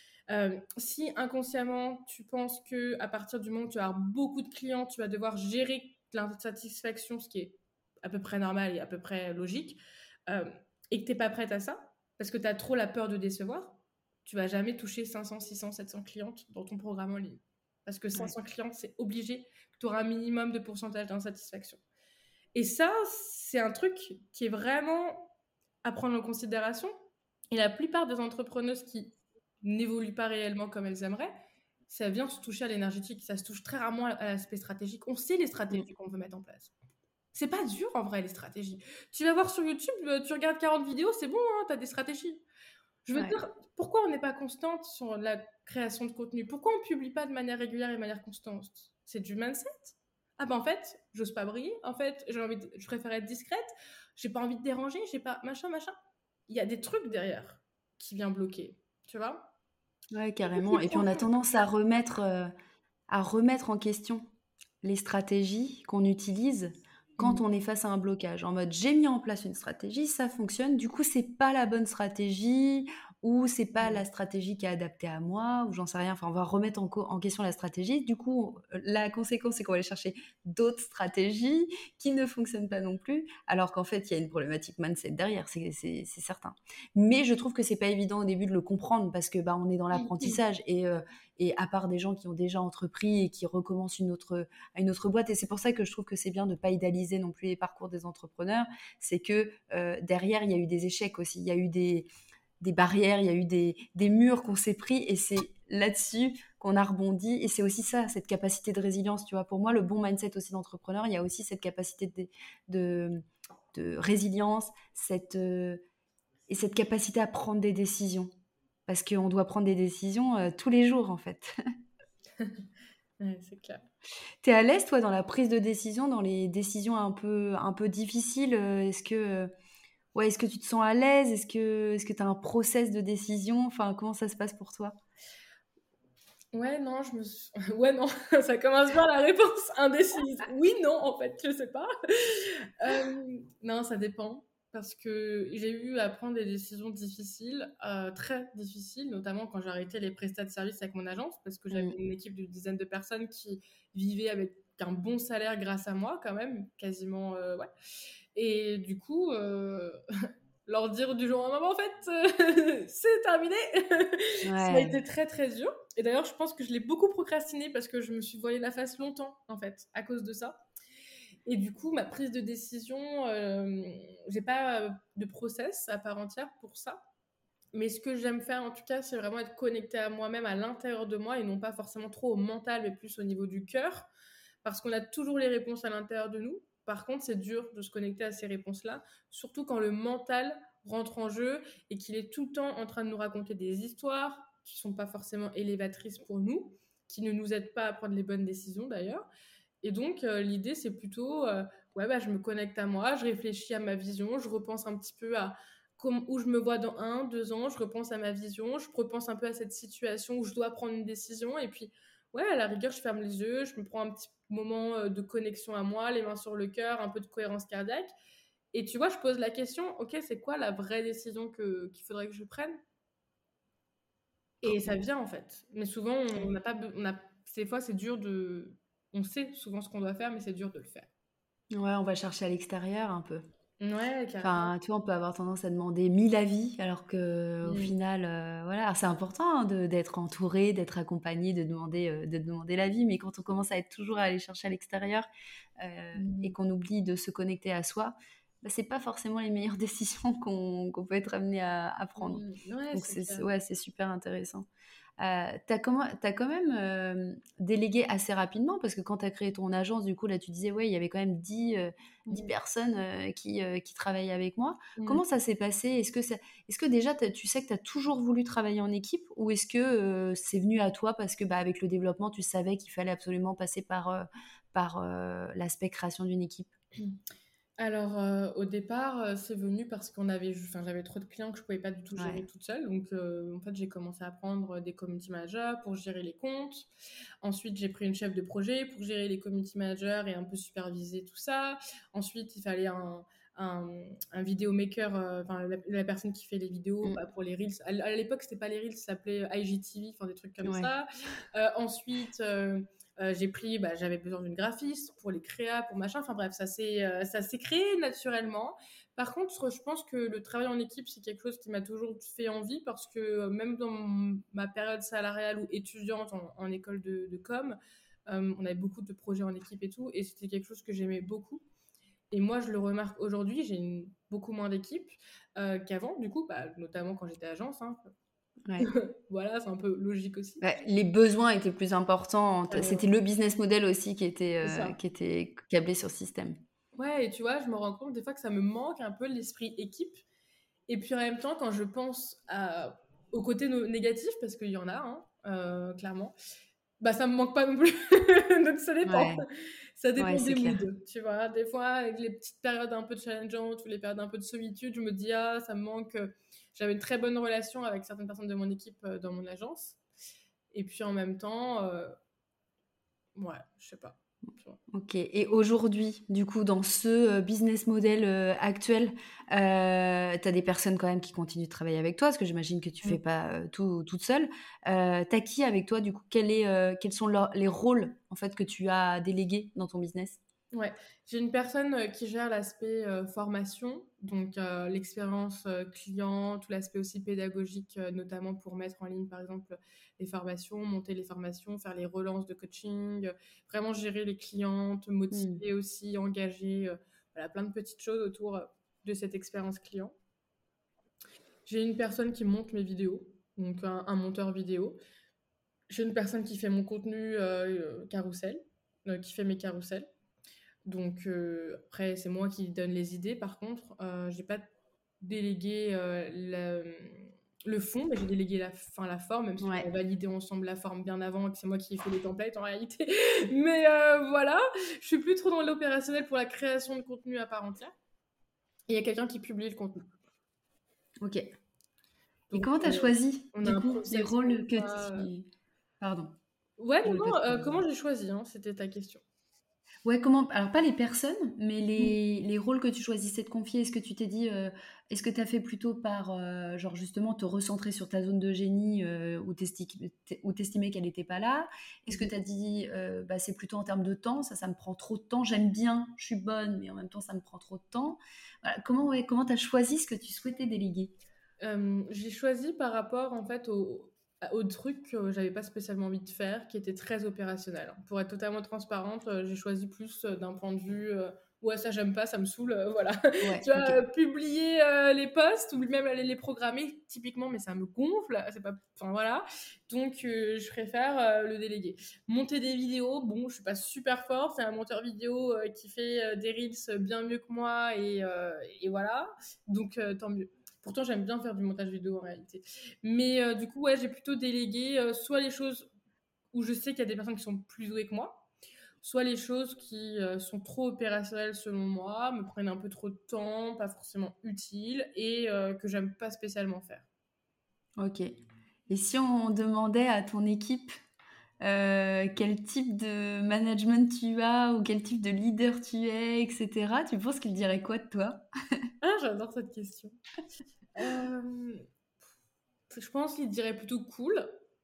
Si inconsciemment, tu penses que à partir du moment où tu vas avoir beaucoup de clients, tu vas devoir gérer l'insatisfaction, ce qui est à peu près normal et à peu près logique, et que tu n'es pas prête à ça, parce que tu as trop la peur de décevoir, tu vas jamais toucher 500, 600, 700 clientes dans ton programme en ligne. Parce que 500 clientes, c'est obligé que tu auras un minimum de pourcentage d'insatisfaction. Et ça, c'est un truc qui est vraiment à prendre en considération. Et la plupart des entrepreneuses qui n'évoluent pas réellement comme elles aimeraient, ça vient se toucher à l'énergétique. Ça se touche très rarement à l'aspect stratégique. On sait les stratégies qu'on veut mettre en place. C'est pas dur en vrai, les stratégies. Tu vas voir sur YouTube, tu regardes 40 vidéos, c'est bon, hein, t'as des stratégies. Je veux dire, pourquoi on n'est pas constante sur la création de contenu? Pourquoi on ne publie pas de manière régulière et de manière constante? C'est du mindset. Ah ben en fait, j'ose pas briller. En fait, je préfère être discrète. J'ai pas envie de déranger. J'ai pas machin. Il y a des trucs derrière qui viennent bloquer. Tu vois? Ouais, carrément. Et puis on a tendance à remettre en question les stratégies qu'on utilise quand on est face à un blocage. En mode, j'ai mis en place une stratégie, ça fonctionne, du coup, c'est pas la bonne stratégie, ou c'est pas la stratégie qui est adaptée à moi, ou j'en sais rien. Enfin, on va remettre en question la stratégie. Du coup, la conséquence, c'est qu'on va aller chercher d'autres stratégies qui ne fonctionnent pas non plus, alors qu'en fait, il y a une problématique mindset derrière, c'est certain. Mais je trouve que c'est pas évident au début de le comprendre, parce que on est dans l'apprentissage, et à part des gens qui ont déjà entrepris et qui recommencent à une autre boîte, et c'est pour ça que je trouve que c'est bien de ne pas idéaliser non plus les parcours des entrepreneurs, c'est que derrière, il y a eu des échecs aussi, il y a eu des barrières, il y a eu des murs qu'on s'est pris, et c'est là-dessus qu'on a rebondi, et c'est aussi ça, cette capacité de résilience, tu vois. Pour moi, le bon mindset aussi d'entrepreneur, il y a aussi cette capacité de résilience, et cette capacité à prendre des décisions, parce qu'on doit prendre des décisions tous les jours, en fait. Ouais, c'est clair. T'es à l'aise, toi, dans la prise de décision, dans les décisions un peu difficiles? Est-ce que tu te sens à l'aise? Est-ce que tu as un process de décision? Enfin, comment ça se passe pour toi? Ouais, non, ouais, non, ça commence bien la réponse indécise. Oui, non, en fait, je sais pas. Non, ça dépend. Parce que j'ai eu à prendre des décisions difficiles, très difficiles, notamment quand j'ai arrêté les prestats de service avec mon agence, parce que j'avais une équipe d'une dizaine de personnes qui vivaient avec un bon salaire grâce à moi, quand même, quasiment, ouais. Et du coup, leur dire du jour au lendemain, en fait, c'est terminé. Ça a été très, très dur. Et d'ailleurs, je pense que je l'ai beaucoup procrastiné parce que je me suis voilé la face longtemps, en fait, à cause de ça. Et du coup, ma prise de décision, j'ai pas de process à part entière pour ça. Mais ce que j'aime faire, en tout cas, c'est vraiment être connectée à moi-même, à l'intérieur de moi, et non pas forcément trop au mental, mais plus au niveau du cœur. Parce qu'on a toujours les réponses à l'intérieur de nous. Par contre, c'est dur de se connecter à ces réponses-là, surtout quand le mental rentre en jeu et qu'il est tout le temps en train de nous raconter des histoires qui sont pas forcément élévatrices pour nous, qui ne nous aident pas à prendre les bonnes décisions d'ailleurs. Et donc, l'idée, c'est plutôt, je me connecte à moi, je réfléchis à ma vision, je repense un petit peu à où je me vois dans 1, 2 ans, je repense à ma vision, je repense un peu à cette situation où je dois prendre une décision, et puis, ouais, à la rigueur, je ferme les yeux, je me prends un petit moment de connexion à moi, les mains sur le cœur, un peu de cohérence cardiaque, et tu vois, je pose la question, ok, c'est quoi la vraie décision qu'il faudrait que je prenne? Et ça vient, en fait. Mais souvent, on n'a pas, des fois, c'est dur on sait souvent ce qu'on doit faire, mais c'est dur de le faire. Ouais, on va chercher à l'extérieur un peu. Ouais, carrément. Enfin, tu vois, on peut avoir tendance à demander 1000 avis, alors qu'au final, voilà. Alors, c'est important, hein, d'être entouré, d'être accompagné, de demander l'avis, mais quand on commence à être toujours à aller chercher à l'extérieur, et qu'on oublie de se connecter à soi, c'est pas forcément les meilleures décisions qu'on peut être amené à prendre. Ouais, Donc c'est clair. ouais, c'est super intéressant. T'as quand même délégué assez rapidement parce que quand tu as créé ton agence, du coup, là, tu disais, ouais, il y avait quand même 10 Mmh. personnes qui travaillaient avec moi. Mmh. Comment ça s'est passé? Est-ce que déjà, tu sais que tu as toujours voulu travailler en équipe ou est-ce que c'est venu à toi parce que avec le développement, tu savais qu'il fallait absolument passer par l'aspect création d'une équipe? Alors, au départ, c'est venu parce j'avais trop de clients que je pouvais pas du tout gérer Ouais. toute seule. Donc, en fait, j'ai commencé à prendre des community managers pour gérer les comptes. Ensuite, j'ai pris une chef de projet pour gérer les community managers et un peu superviser tout ça. Ensuite, il fallait un, un vidéo maker, enfin, la personne qui fait les vidéos Mm. pour les Reels. À l'époque, c'était pas les Reels, ça s'appelait IGTV, enfin, des trucs comme Ouais. ça. Ensuite, j'avais besoin d'une graphiste pour les créas, pour machin. Enfin bref, ça s'est créé naturellement. Par contre, je pense que le travail en équipe, c'est quelque chose qui m'a toujours fait envie parce que même dans ma période salariale ou étudiante en école de com, on avait beaucoup de projets en équipe et tout, et c'était quelque chose que j'aimais beaucoup. Et moi, je le remarque aujourd'hui, beaucoup moins d'équipes qu'avant, du coup, notamment quand j'étais agence. Hein. Ouais. Voilà, c'est un peu logique aussi. Ouais, les besoins étaient plus importants. C'était Euh, le business model aussi c'est ça. qui était câblé sur le système. Ouais, et tu vois, je me rends compte des fois que ça me manque un peu l'esprit équipe. Et puis en même temps, quand je pense au côté négatif, parce qu'il y en a, hein, clairement, ça me manque pas non plus. Donc ça dépend. Ouais, Ça ouais, dépend c'est des clair. moods, tu vois. Des fois, avec les petites périodes un peu challengeantes ou les périodes un peu de solitude, je me dis, ah, ça me manque. J'avais une très bonne relation avec certaines personnes de mon équipe dans mon agence. Et puis en même temps, ouais, je sais pas. Tu vois. Ok. Et aujourd'hui, du coup, dans ce business model actuel, tu as des personnes quand même qui continuent de travailler avec toi, parce que j'imagine que tu fais pas tout toute seule. T'as qui avec toi, du coup, quels sont les rôles en fait que tu as délégués dans ton business? Ouais, j'ai une personne qui gère l'aspect formation, donc l'expérience client, tout l'aspect aussi pédagogique, notamment pour mettre en ligne, par exemple, les formations, monter les formations, faire les relances de coaching, vraiment gérer les clientes, Hmm. motiver aussi, engager, voilà, plein de petites choses autour de cette expérience client. J'ai une personne qui monte mes vidéos, donc un monteur vidéo. J'ai une personne qui fait mon contenu carrousel, qui fait mes carousels. Donc après, c'est moi qui donne les idées. Par contre, j'ai pas délégué le fond, mais j'ai délégué la forme, même si on Ouais. a validé ensemble la forme bien avant et que c'est moi qui ai fait les templates en réalité. Mais voilà, je suis plus trop dans l'opérationnel pour la création de contenu à part entière. Et il y a quelqu'un qui publie le contenu. Ok. Et Donc comment tu as choisi, on a du un coup, les process pour rôles que ça. tu... Pardon, Ouais, je non, voulais pas non, te couper. comment j'ai choisi, hein, c'était ta question. Ouais, comment... Alors, pas les personnes, mais les rôles que tu choisissais de confier. Est-ce que tu t'es dit... est-ce que tu as fait plutôt par, genre, justement, te recentrer sur ta zone de génie où t'estimais qu'elle n'était pas là? Est-ce que tu as dit, c'est plutôt en termes de temps, ça me prend trop de temps, j'aime bien, je suis bonne, mais en même temps, ça me prend trop de temps. Voilà, comment tu as choisi ce que tu souhaitais déléguer? J'ai choisi par rapport en fait au truc que j'avais pas spécialement envie de faire, qui était très opérationnel. Pour être totalement transparente, j'ai choisi plus d'un point de vue ouais, ça j'aime pas, ça me saoule, voilà. Ouais, Tu vois, ok. publier les posts ou même les programmer typiquement, mais ça me gonfle, c'est pas, enfin voilà. Donc je préfère le déléguer. Monter des vidéos, bon, je suis pas super forte, c'est un monteur vidéo qui fait des reels bien mieux que moi et voilà. Donc tant mieux. Pourtant, j'aime bien faire du montage vidéo en réalité. Mais du coup, ouais, j'ai plutôt délégué soit les choses où je sais qu'il y a des personnes qui sont plus douées que moi, soit les choses qui sont trop opérationnelles selon moi, me prennent un peu trop de temps, pas forcément utiles et que j'aime pas spécialement faire. Ok. Et si on demandait à ton équipe quel type de management tu as ou quel type de leader tu es, etc., tu penses qu'ils diraient quoi de toi? Ah, j'adore cette question. Euh, je pense qu'il dirait plutôt cool.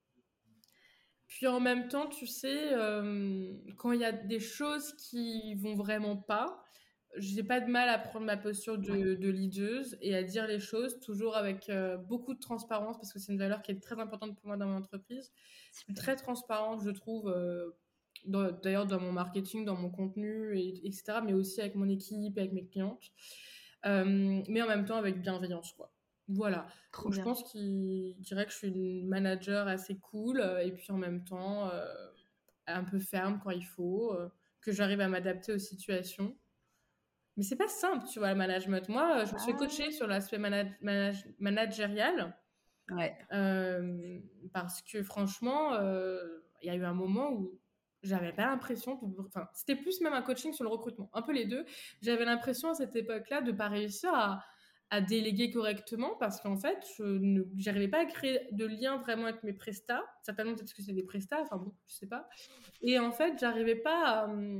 Puis en même temps, tu sais, quand il y a des choses qui vont vraiment pas, j'ai pas de mal à prendre ma posture Ouais. de leaduse et à dire les choses, toujours avec beaucoup de transparence, parce que c'est une valeur qui est très importante pour moi dans mon entreprise. Je suis Super. très transparente, je trouve, d'ailleurs dans mon marketing, dans mon contenu, etc., mais aussi avec mon équipe, avec mes clientes. mais en même temps avec bienveillance, quoi. Voilà. Trop Donc, je bien. pense qu'il dirait que je suis une manager assez cool et puis en même temps un peu ferme quand il faut, que j'arrive à m'adapter aux situations. Mais c'est pas simple, tu vois, le management. Moi, je me suis fait coacher sur l'aspect managérial Ouais. parce que franchement, il y a eu un moment où j'avais pas l'impression, enfin, c'était plus même un coaching sur le recrutement, un peu les deux. J'avais l'impression à cette époque-là de pas réussir à déléguer correctement parce qu'en fait, j'arrivais pas à créer de lien vraiment avec mes prestats. Certainement, peut-être que c'est des prestats, enfin bon, je sais pas. Et en fait, j'arrivais pas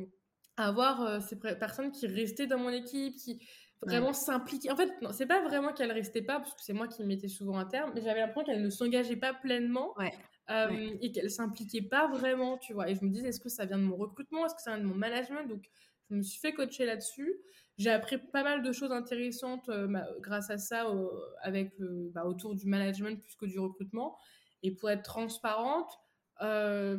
à avoir ces personnes qui restaient dans mon équipe, qui Ouais. vraiment s'impliquaient. En fait, non, c'est pas vraiment qu'elles restaient pas, parce que c'est moi qui me mettais souvent un terme, mais j'avais l'impression qu'elles ne s'engageaient pas pleinement Ouais. Ouais. et qu'elles s'impliquaient pas vraiment, tu vois. Et je me disais, est-ce que ça vient de mon recrutement? Est-ce que ça vient de mon management? Donc, je me suis fait coacher là-dessus. J'ai appris pas mal de choses intéressantes grâce à ça, autour du management plus que du recrutement. Et pour être transparente, euh,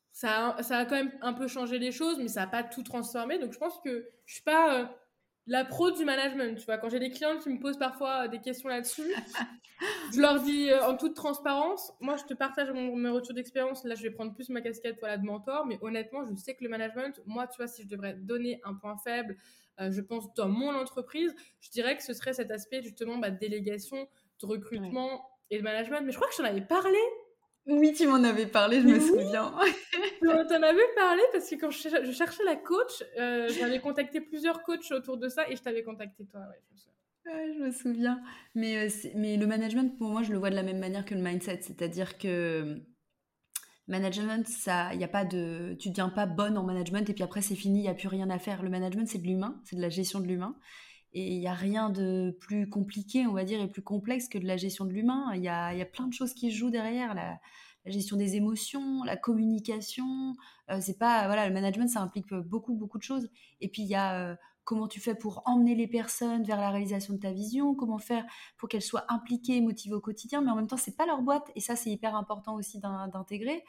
ça a quand même un peu changé les choses, mais ça n'a pas tout transformé. Donc, je pense que je suis pas la pro du management. Tu vois, quand j'ai des clients qui me posent parfois des questions là-dessus, je leur dis en toute transparence, moi, je te partage mes retours d'expérience. Là, je vais prendre plus ma casquette voilà, de mentor, mais honnêtement, je sais que le management, moi, tu vois, si je devrais donner un point faible, je pense, dans mon entreprise, je dirais que ce serait cet aspect, justement, de délégation, de Ouais. recrutement et de management. Mais je crois que je t'en avais parlé. Oui, tu m'en avais parlé, je Mais me oui, souviens. t'en avais parlé parce que quand je cherchais la coach, j'avais contacté plusieurs coachs autour de ça et je t'avais contacté toi. Ouais, je me souviens. Ouais, je me souviens. Mais le management, pour moi, je le vois de la même manière que le mindset. C'est-à-dire que management, ça, y a pas de, tu deviens pas bonne en management et puis après c'est fini, il n'y a plus rien à faire. Le management, c'est de l'humain, c'est de la gestion de l'humain. Et il n'y a rien de plus compliqué, on va dire, et plus complexe que de la gestion de l'humain. Il y a plein de choses qui se jouent derrière, la gestion des émotions, la communication. C'est pas, voilà, le management, ça implique beaucoup, beaucoup de choses. Et puis, il y a comment tu fais pour emmener les personnes vers la réalisation de ta vision, comment faire pour qu'elles soient impliquées, motivées au quotidien, mais en même temps, c'est pas leur boîte. Et ça, c'est hyper important aussi d'intégrer.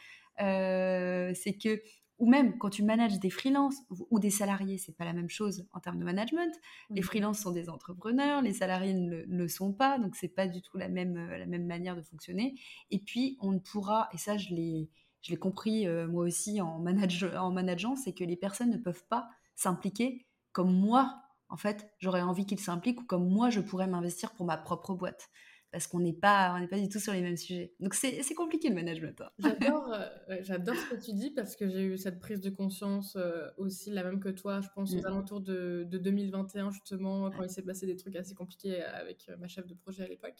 C'est que ou même quand tu manages des freelances ou des salariés, c'est pas la même chose en termes de management. Les freelances sont des entrepreneurs, les salariés ne le sont pas, donc c'est pas du tout la même manière de fonctionner. Et puis on ne pourra, et ça je l'ai compris moi aussi en manageant, c'est que les personnes ne peuvent pas s'impliquer comme moi, en fait, j'aurais envie qu'ils s'impliquent ou comme moi je pourrais m'investir pour ma propre boîte. Parce qu'on n'est pas du tout sur les mêmes sujets. Donc c'est compliqué le management. Hein. J'adore ce que tu dis parce que j'ai eu cette prise de conscience aussi, la même que toi, je pense, aux alentours de 2021, justement, quand il s'est passé des trucs assez compliqués avec ma chef de projet à l'époque.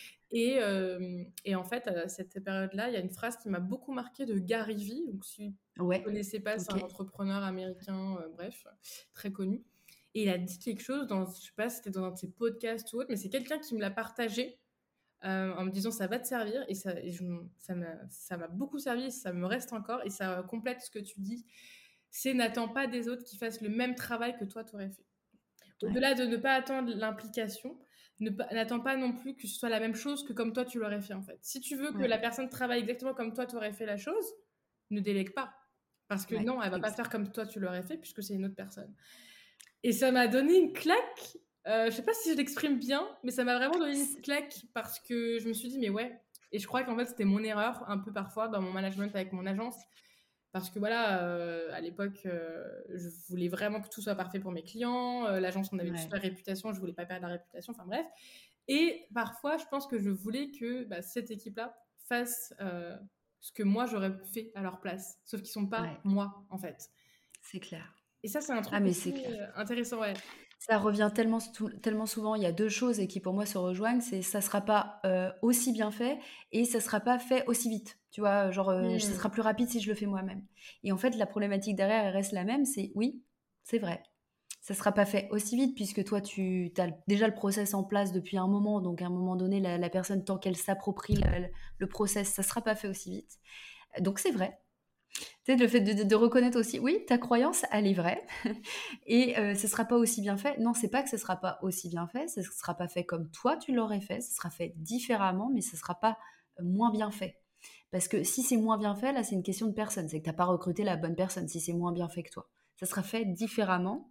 Et en fait, à cette période-là, il y a une phrase qui m'a beaucoup marquée de Gary Vee. Donc, si vous ne Ouais, connaissez pas, c'est ok. un entrepreneur américain, bref, très connu. Et il a dit quelque chose dans, je sais pas si c'était dans un de ses podcasts ou autre, mais c'est quelqu'un qui me l'a partagé en me disant ça va te servir et ça m'a beaucoup servi et ça me reste encore et ça complète ce que tu dis, c'est n'attends pas des autres qui fassent le même travail que toi t'aurais fait. Ouais, Au-delà de ne pas attendre l'implication, n'attends pas non plus que ce soit la même chose que comme toi tu l'aurais fait en fait. Si tu veux que ouais, la personne travaille exactement comme toi tu aurais fait la chose, ne délègue pas. Parce que ouais. non, elle va pas faire comme toi tu l'aurais fait puisque c'est une autre personne. Et ça m'a donné une claque. Je sais pas si je l'exprime bien, mais ça m'a vraiment donné une claque parce que je me suis dit, mais ouais. Et je crois qu'en fait, c'était mon erreur un peu parfois dans mon management avec mon agence. Parce que voilà, à l'époque, je voulais vraiment que tout soit parfait pour mes clients. L'agence, on avait une Ouais. super réputation, je voulais pas perdre la réputation, enfin bref. Et parfois, je pense que je voulais que cette équipe-là fasse ce que moi, j'aurais fait à leur place. Sauf qu'ils sont pas Ouais, moi, en fait. c'est clair. Et ça, c'est un Ah truc mais c'est aussi clair. intéressant, ouais. Ça revient tellement souvent. Il y a deux choses et qui pour moi se rejoignent, c'est ça sera pas aussi bien fait et ça sera pas fait aussi vite. Tu vois, genre ça Hmm. sera plus rapide si je le fais moi-même. Et en fait, la problématique derrière, elle reste la même. C'est oui, c'est vrai. Ça sera pas fait aussi vite puisque toi, tu as déjà le process en place depuis un moment. Donc à un moment donné, la personne, tant qu'elle s'approprie le process, ça sera pas fait aussi vite. Donc c'est vrai. Tu sais, le fait de reconnaître aussi, oui, ta croyance, elle est vraie, et ce sera pas aussi bien fait. Non, c'est pas que ce sera pas aussi bien fait, ce sera pas fait comme toi tu l'aurais fait, ce sera fait différemment, mais ce sera pas moins bien fait. Parce que si c'est moins bien fait, là, c'est une question de personne. C'est que t'as pas recruté la bonne personne si c'est moins bien fait que toi. Ça sera fait différemment.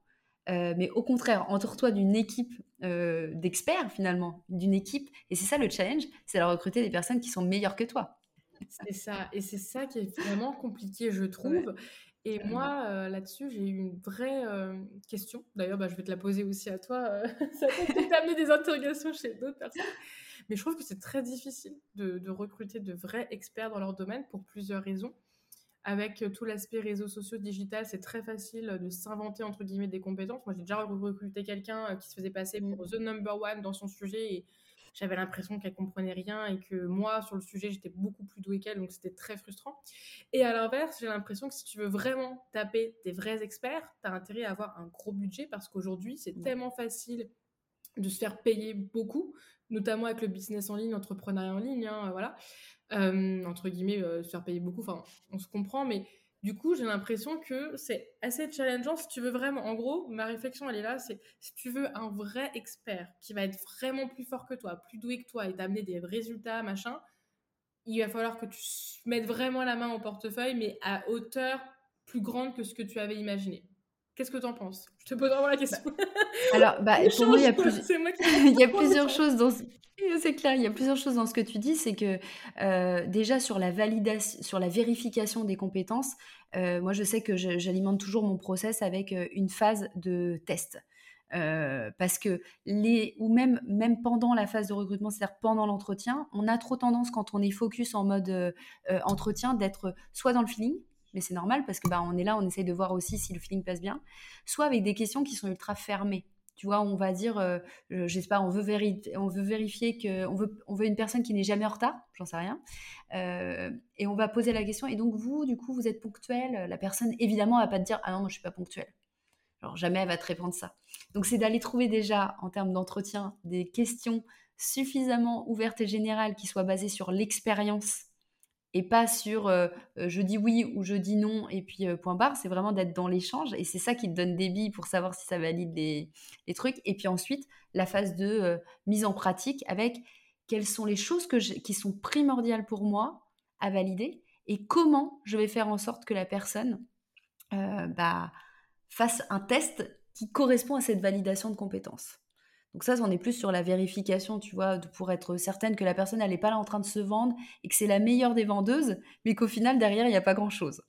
mais au contraire, entoure-toi d'une équipe d'experts finalement, d'une équipe. Et c'est ça le challenge, c'est de recruter des personnes qui sont meilleures que toi. C'est ça. Et c'est ça qui est vraiment compliqué, je Ouais, trouve. Et carrément. moi, là-dessus, j'ai eu une vraie question. D'ailleurs, je vais te la poser aussi à toi. Ça peut peut-être amener des interrogations chez d'autres personnes. Mais je trouve que c'est très difficile de recruter de vrais experts dans leur domaine pour plusieurs raisons. Avec tout l'aspect réseaux sociaux, digital, c'est très facile de s'inventer, entre guillemets, des compétences. Moi, j'ai déjà recruté quelqu'un qui se faisait passer pour the number one dans son sujet et j'avais l'impression qu'elle comprenait rien et que moi, sur le sujet, j'étais beaucoup plus douée qu'elle, donc c'était très frustrant. Et à l'inverse, j'ai l'impression que si tu veux vraiment taper des vrais experts, tu as intérêt à avoir un gros budget parce qu'aujourd'hui, c'est Ouais. tellement facile de se faire payer beaucoup, notamment avec le business en ligne, l'entrepreneuriat en ligne, hein, voilà. Entre guillemets, se faire payer beaucoup, enfin, on se comprend, mais du coup, j'ai l'impression que c'est assez challengeant si tu veux vraiment. En gros, ma réflexion, elle est là, c'est si tu veux un vrai expert qui va être vraiment plus fort que toi, plus doué que toi et t'amener des résultats, machin, il va falloir que tu mettes vraiment la main au portefeuille, mais à hauteur plus grande que ce que tu avais imaginé. Qu'est-ce que t'en penses? Je te pose vraiment la Bah, question. alors, Je pour moi, change, quoi. C'est moi qui passe il y a trop le plusieurs temps. choses dans c'est clair, il y a plusieurs choses dans ce que tu dis. C'est que déjà sur la validation, sur la vérification des compétences, moi je sais que j'alimente toujours mon process avec une phase de test. Parce que ou même pendant la phase de recrutement, c'est-à-dire pendant l'entretien, on a trop tendance quand on est focus en mode entretien d'être soit dans le feeling, mais c'est normal parce que bah, on est là, on essaye de voir aussi si le feeling passe bien, soit avec des questions qui sont ultra fermées. Tu vois, on va dire, je sais pas, on veut vérifier que, on veut une personne qui n'est jamais en retard, j'en sais rien, et on va poser la question. Et donc vous, du coup, vous êtes ponctuel. La personne, évidemment, va pas te dire, ah non, moi je suis pas ponctuelle. Alors jamais elle va te répondre ça. Donc c'est d'aller trouver déjà, en termes d'entretien, des questions suffisamment ouvertes et générales qui soient basées sur l'expérience et pas sur je dis oui ou je dis non et puis point barre. C'est vraiment d'être dans l'échange et c'est ça qui te donne des billes pour savoir si ça valide les trucs. Et puis ensuite, la phase de mise en pratique avec quelles sont les choses qui sont primordiales pour moi à valider et comment je vais faire en sorte que la personne bah, fasse un test qui correspond à cette validation de compétences. Donc ça, on est plus sur la vérification, tu vois, pour être certaine que la personne, elle n'est pas là en train de se vendre et que c'est la meilleure des vendeuses, mais qu'au final, derrière, il n'y a pas grand-chose.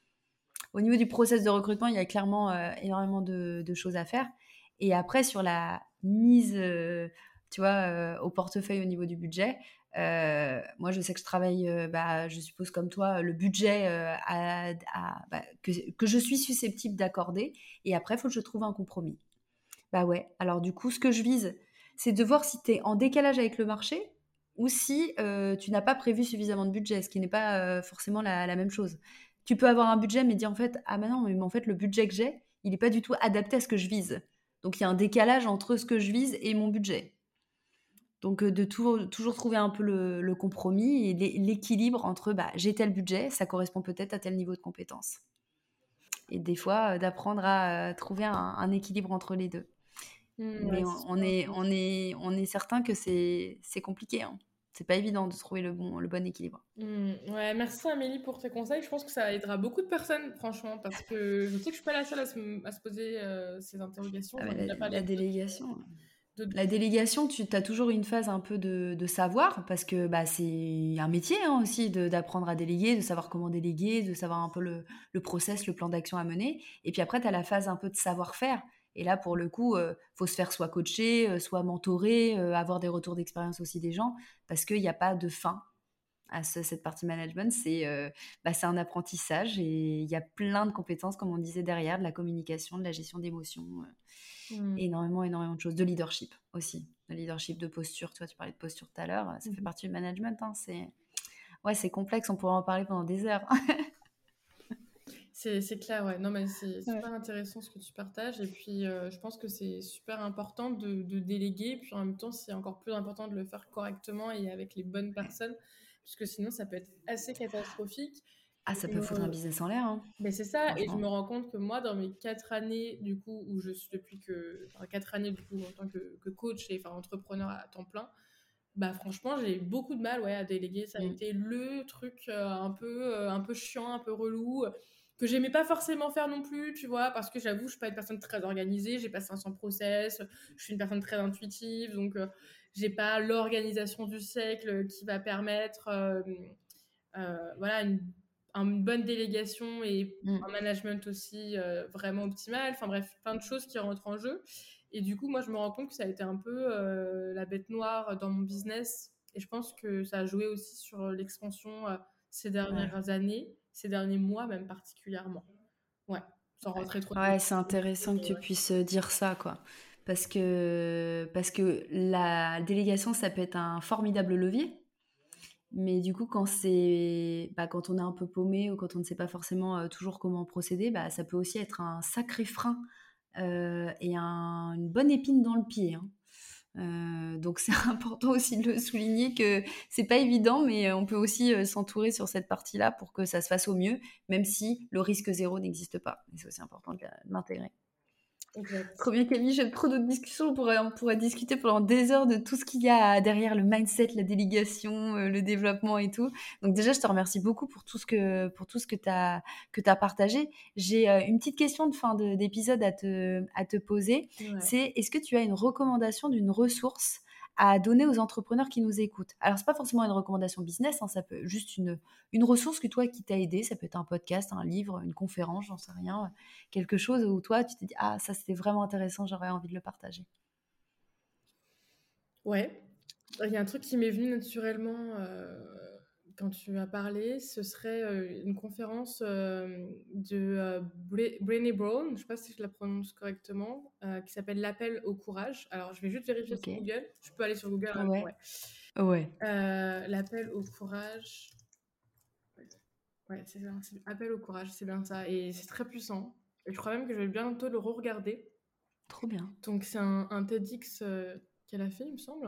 Au niveau du process de recrutement, il y a clairement énormément de choses à faire. Et après, sur la mise, tu vois, au portefeuille au niveau du budget, moi, je sais que je travaille, bah, je suppose comme toi, le budget que je suis susceptible d'accorder. Et après, il faut que je trouve un compromis. Bah ouais. Alors du coup, ce que je vise, c'est de voir si tu es en décalage avec le marché ou si tu n'as pas prévu suffisamment de budget, ce qui n'est pas forcément la même chose. Tu peux avoir un budget, mais dire en fait, ah bah non, mais en fait, le budget que j'ai, il n'est pas du tout adapté à ce que je vise. Donc il y a un décalage entre ce que je vise et mon budget. Donc de toujours trouver un peu le compromis et l'équilibre entre bah, j'ai tel budget, ça correspond peut-être à tel niveau de compétence. Et des fois, d'apprendre à trouver un équilibre entre les deux. Ouais, Mais c'est super intéressant. on est certain que c'est compliqué, hein. C'est pas évident de trouver le bon équilibre. Ouais, merci Amélie pour tes conseils. Je pense que ça aidera beaucoup de personnes, franchement, parce que je sais que je suis pas la seule à se poser ces interrogations. Ah J'en bah, ai déjà parlé la avec délégation. d'autres. La délégation, tu as toujours une phase un peu de savoir, parce que bah, c'est un métier hein, aussi d'apprendre à déléguer, de savoir comment déléguer, de savoir un peu le process, le plan d'action à mener. Et puis après, tu as la phase un peu de savoir-faire. Et là, pour le coup, faut se faire soit coacher, soit mentorer, avoir des retours d'expérience aussi des gens, parce qu'il n'y a pas de fin à cette partie management, c'est un apprentissage et il y a plein de compétences, comme on disait derrière, de la communication, de la gestion d'émotions, Hmm. énormément de choses, de leadership aussi, de leadership, de posture. Toi, tu parlais de posture tout à l'heure, ça fait Mhm. partie du management. Hein, c'est complexe, on pourrait en parler pendant des heures. C'est clair, ouais. Non, mais c'est Ouais. super intéressant ce que tu partages. Et puis, je pense que c'est super important de déléguer. Puis en même temps, c'est encore plus important de le faire correctement et avec les bonnes personnes, puisque sinon, ça peut être assez catastrophique. Ah, ça peut foutre un business en l'air, hein, Mais c'est ça, et je me franchement. rends compte que moi, dans mes 4 années, du coup, où je suis depuis que. Enfin, 4 années, du coup, en tant que coach et enfin, entrepreneur à temps plein, bah franchement, j'ai eu beaucoup de mal ouais, à déléguer. Ça a Mm. été le truc un peu chiant, un peu relou. que j'aimais pas forcément faire non plus, tu vois, parce que j'avoue, je suis pas une personne très organisée, j'ai pas 500 process, je suis une personne très intuitive, donc j'ai pas l'organisation du siècle qui va permettre voilà, une bonne délégation et un management aussi vraiment optimal. Enfin bref, plein de choses qui rentrent en jeu. Et du coup, moi, je me rends compte que ça a été un peu la bête noire dans mon business. Et je pense que ça a joué aussi sur l'expansion ces dernières années, ces derniers mois même particulièrement. Ouais, sans rentrer trop dans Ouais, c'est intéressant que tu puisses dire ça, quoi. Parce que la délégation, ça peut être un formidable levier. Mais du coup, quand on est un peu paumé ou quand on ne sait pas forcément toujours comment procéder, ça peut aussi être un sacré frein et une bonne épine dans le pied, hein. Donc c'est important aussi de le souligner que c'est pas évident, mais on peut aussi s'entourer sur cette partie-là pour que ça se fasse au mieux, même si le risque zéro n'existe pas. Et c'est aussi important de l'intégrer. Exact. Trop bien Camille, j'aime trop notre discussion. On pourrait discuter pendant des heures de tout ce qu'il y a derrière le mindset, la délégation, le développement et tout. Donc déjà, je te remercie beaucoup pour tout ce que t'as partagé. J'ai une petite question de fin d'épisode à te poser. Ouais. C'est, est-ce que tu as une recommandation d'une ressource à donner aux entrepreneurs qui nous écoutent? Alors, c'est pas forcément une recommandation business, hein, ça peut juste une ressource qui t'a aidé. Ça peut être un podcast, un livre, une conférence, j'en sais rien, quelque chose où toi, tu t'es dit, ah, ça, c'était vraiment intéressant, j'aurais envie de le partager. Ouais. Il y a un truc qui m'est venu naturellement quand tu as parlé, ce serait une conférence de Brené Brown, je ne sais pas si je la prononce correctement, qui s'appelle L'appel au courage. Alors, je vais juste vérifier Ok. sur Google. Je peux aller sur Google. Ouais. Ouais. Ouais. L'appel au courage. Ouais, c'est bien. Appel au courage, c'est bien ça. Et c'est très puissant. Et je crois même que je vais bientôt le re-regarder. Trop bien. Donc, c'est un TEDx qu'elle a fait, il me semble.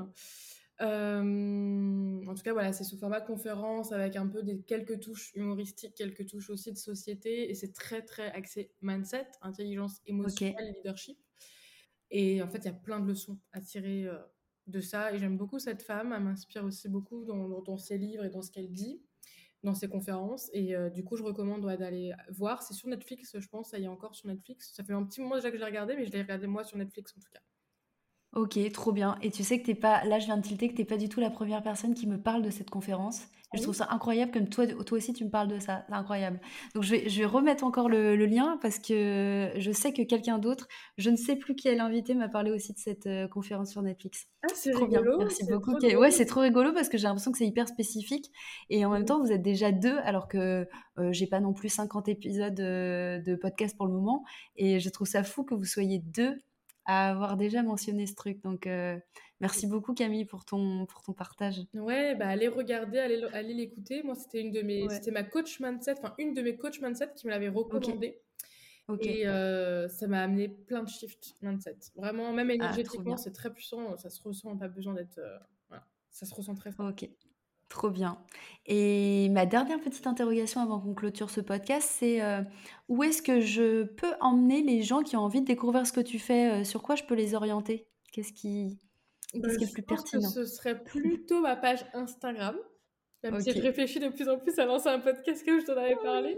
En tout cas, voilà, c'est sous format conférence avec un peu quelques touches humoristiques, quelques touches aussi de société. Et c'est très, très axé mindset, intelligence Ok. émotionnelle, leadership. Et en fait, il y a plein de leçons à tirer de ça. Et j'aime beaucoup cette femme. Elle m'inspire aussi beaucoup dans ses livres et dans ce qu'elle dit, dans ses conférences. Et du coup, je recommande d'aller voir. C'est sur Netflix, je pense. Ça y est encore sur Netflix. Ça fait un petit moment déjà que je l'ai regardé, mais je l'ai regardé moi sur Netflix en tout cas. Ok, trop bien. Et tu sais que t'es pas, là je viens de tilter, que t'es pas du tout la première personne qui me parle de cette conférence. Ah Et je trouve oui. ça incroyable comme toi aussi tu me parles de ça. C'est incroyable. Donc je vais remettre encore le lien parce que je sais que quelqu'un d'autre, je ne sais plus qui est l'invité, m'a parlé aussi de cette conférence sur Netflix. Ah, c'est Trop bien. rigolo, Merci c'est beaucoup. trop Ouais, drôle. c'est trop rigolo parce que j'ai l'impression que c'est hyper spécifique. Et en même Oui. temps, vous êtes déjà deux alors que j'ai pas non plus 50 épisodes de podcast pour le moment. Et je trouve ça fou que vous soyez deux à avoir déjà mentionné ce truc. Donc, merci beaucoup Camille pour ton partage. Ouais, bah allez regarder, allez l'écouter. Moi, Ouais. c'était ma coach mindset, enfin une de mes coachs mindset qui me l'avait Ok, recommandé. ok. Et ça m'a amené plein de shifts mindset. Vraiment, même Ah, trop énergétiquement, bien. c'est très puissant. Ça se ressent, pas besoin d'être. Voilà, ça se ressent très fort. Ok, trop bien. Et ma dernière petite interrogation avant qu'on clôture ce podcast, c'est où est-ce que je peux emmener les gens qui ont envie de découvrir ce que tu fais? Sur quoi je peux les orienter? Qu'est-ce qui, Bah, qu'est-ce qui est je le plus pense que pertinent? ce serait plutôt ma page Instagram, même si Ok. je réfléchis de plus en plus à lancer un podcast que je t'en avais Ah parlé. oui.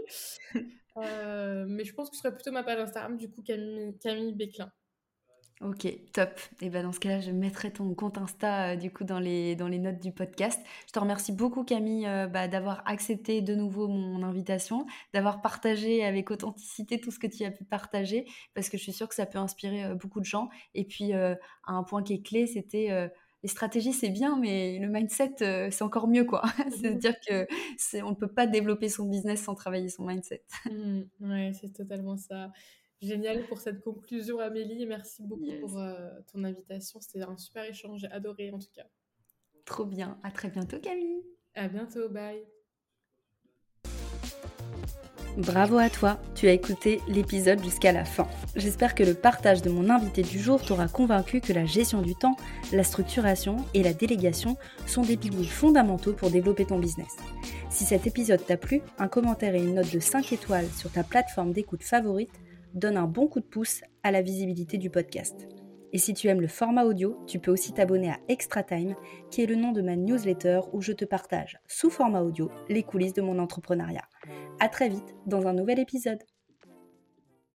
Mais je pense que ce serait plutôt ma page Instagram, du coup, Camille Béclin. Ok, top. Et ben dans ce cas-là, je mettrai ton compte Insta du coup dans les notes du podcast. Je te remercie beaucoup Camille d'avoir accepté de nouveau mon invitation, d'avoir partagé avec authenticité tout ce que tu as pu partager, parce que je suis sûre que ça peut inspirer beaucoup de gens. Et puis un point qui est clé, c'était les stratégies, c'est bien, mais le mindset, c'est encore mieux quoi. C'est-à-dire que on ne peut pas développer son business sans travailler son mindset. Ouais, c'est totalement ça. Génial pour cette conclusion, Amélie. Merci beaucoup pour Yes. ton invitation. C'était un super échange. J'ai adoré en tout cas. Trop bien. À très bientôt Camille. À bientôt. Bye. Bravo à toi, tu as écouté l'épisode jusqu'à la fin. J'espère que le partage de mon invité du jour t'aura convaincu que la gestion du temps, la structuration et la délégation sont des piliers fondamentaux pour développer ton business. Si cet épisode t'a plu, un commentaire et une note de 5 étoiles sur ta plateforme d'écoute favorite donne un bon coup de pouce à la visibilité du podcast. Et si tu aimes le format audio, tu peux aussi t'abonner à Extra Time, qui est le nom de ma newsletter où je te partage, sous format audio, les coulisses de mon entrepreneuriat. À très vite dans un nouvel épisode.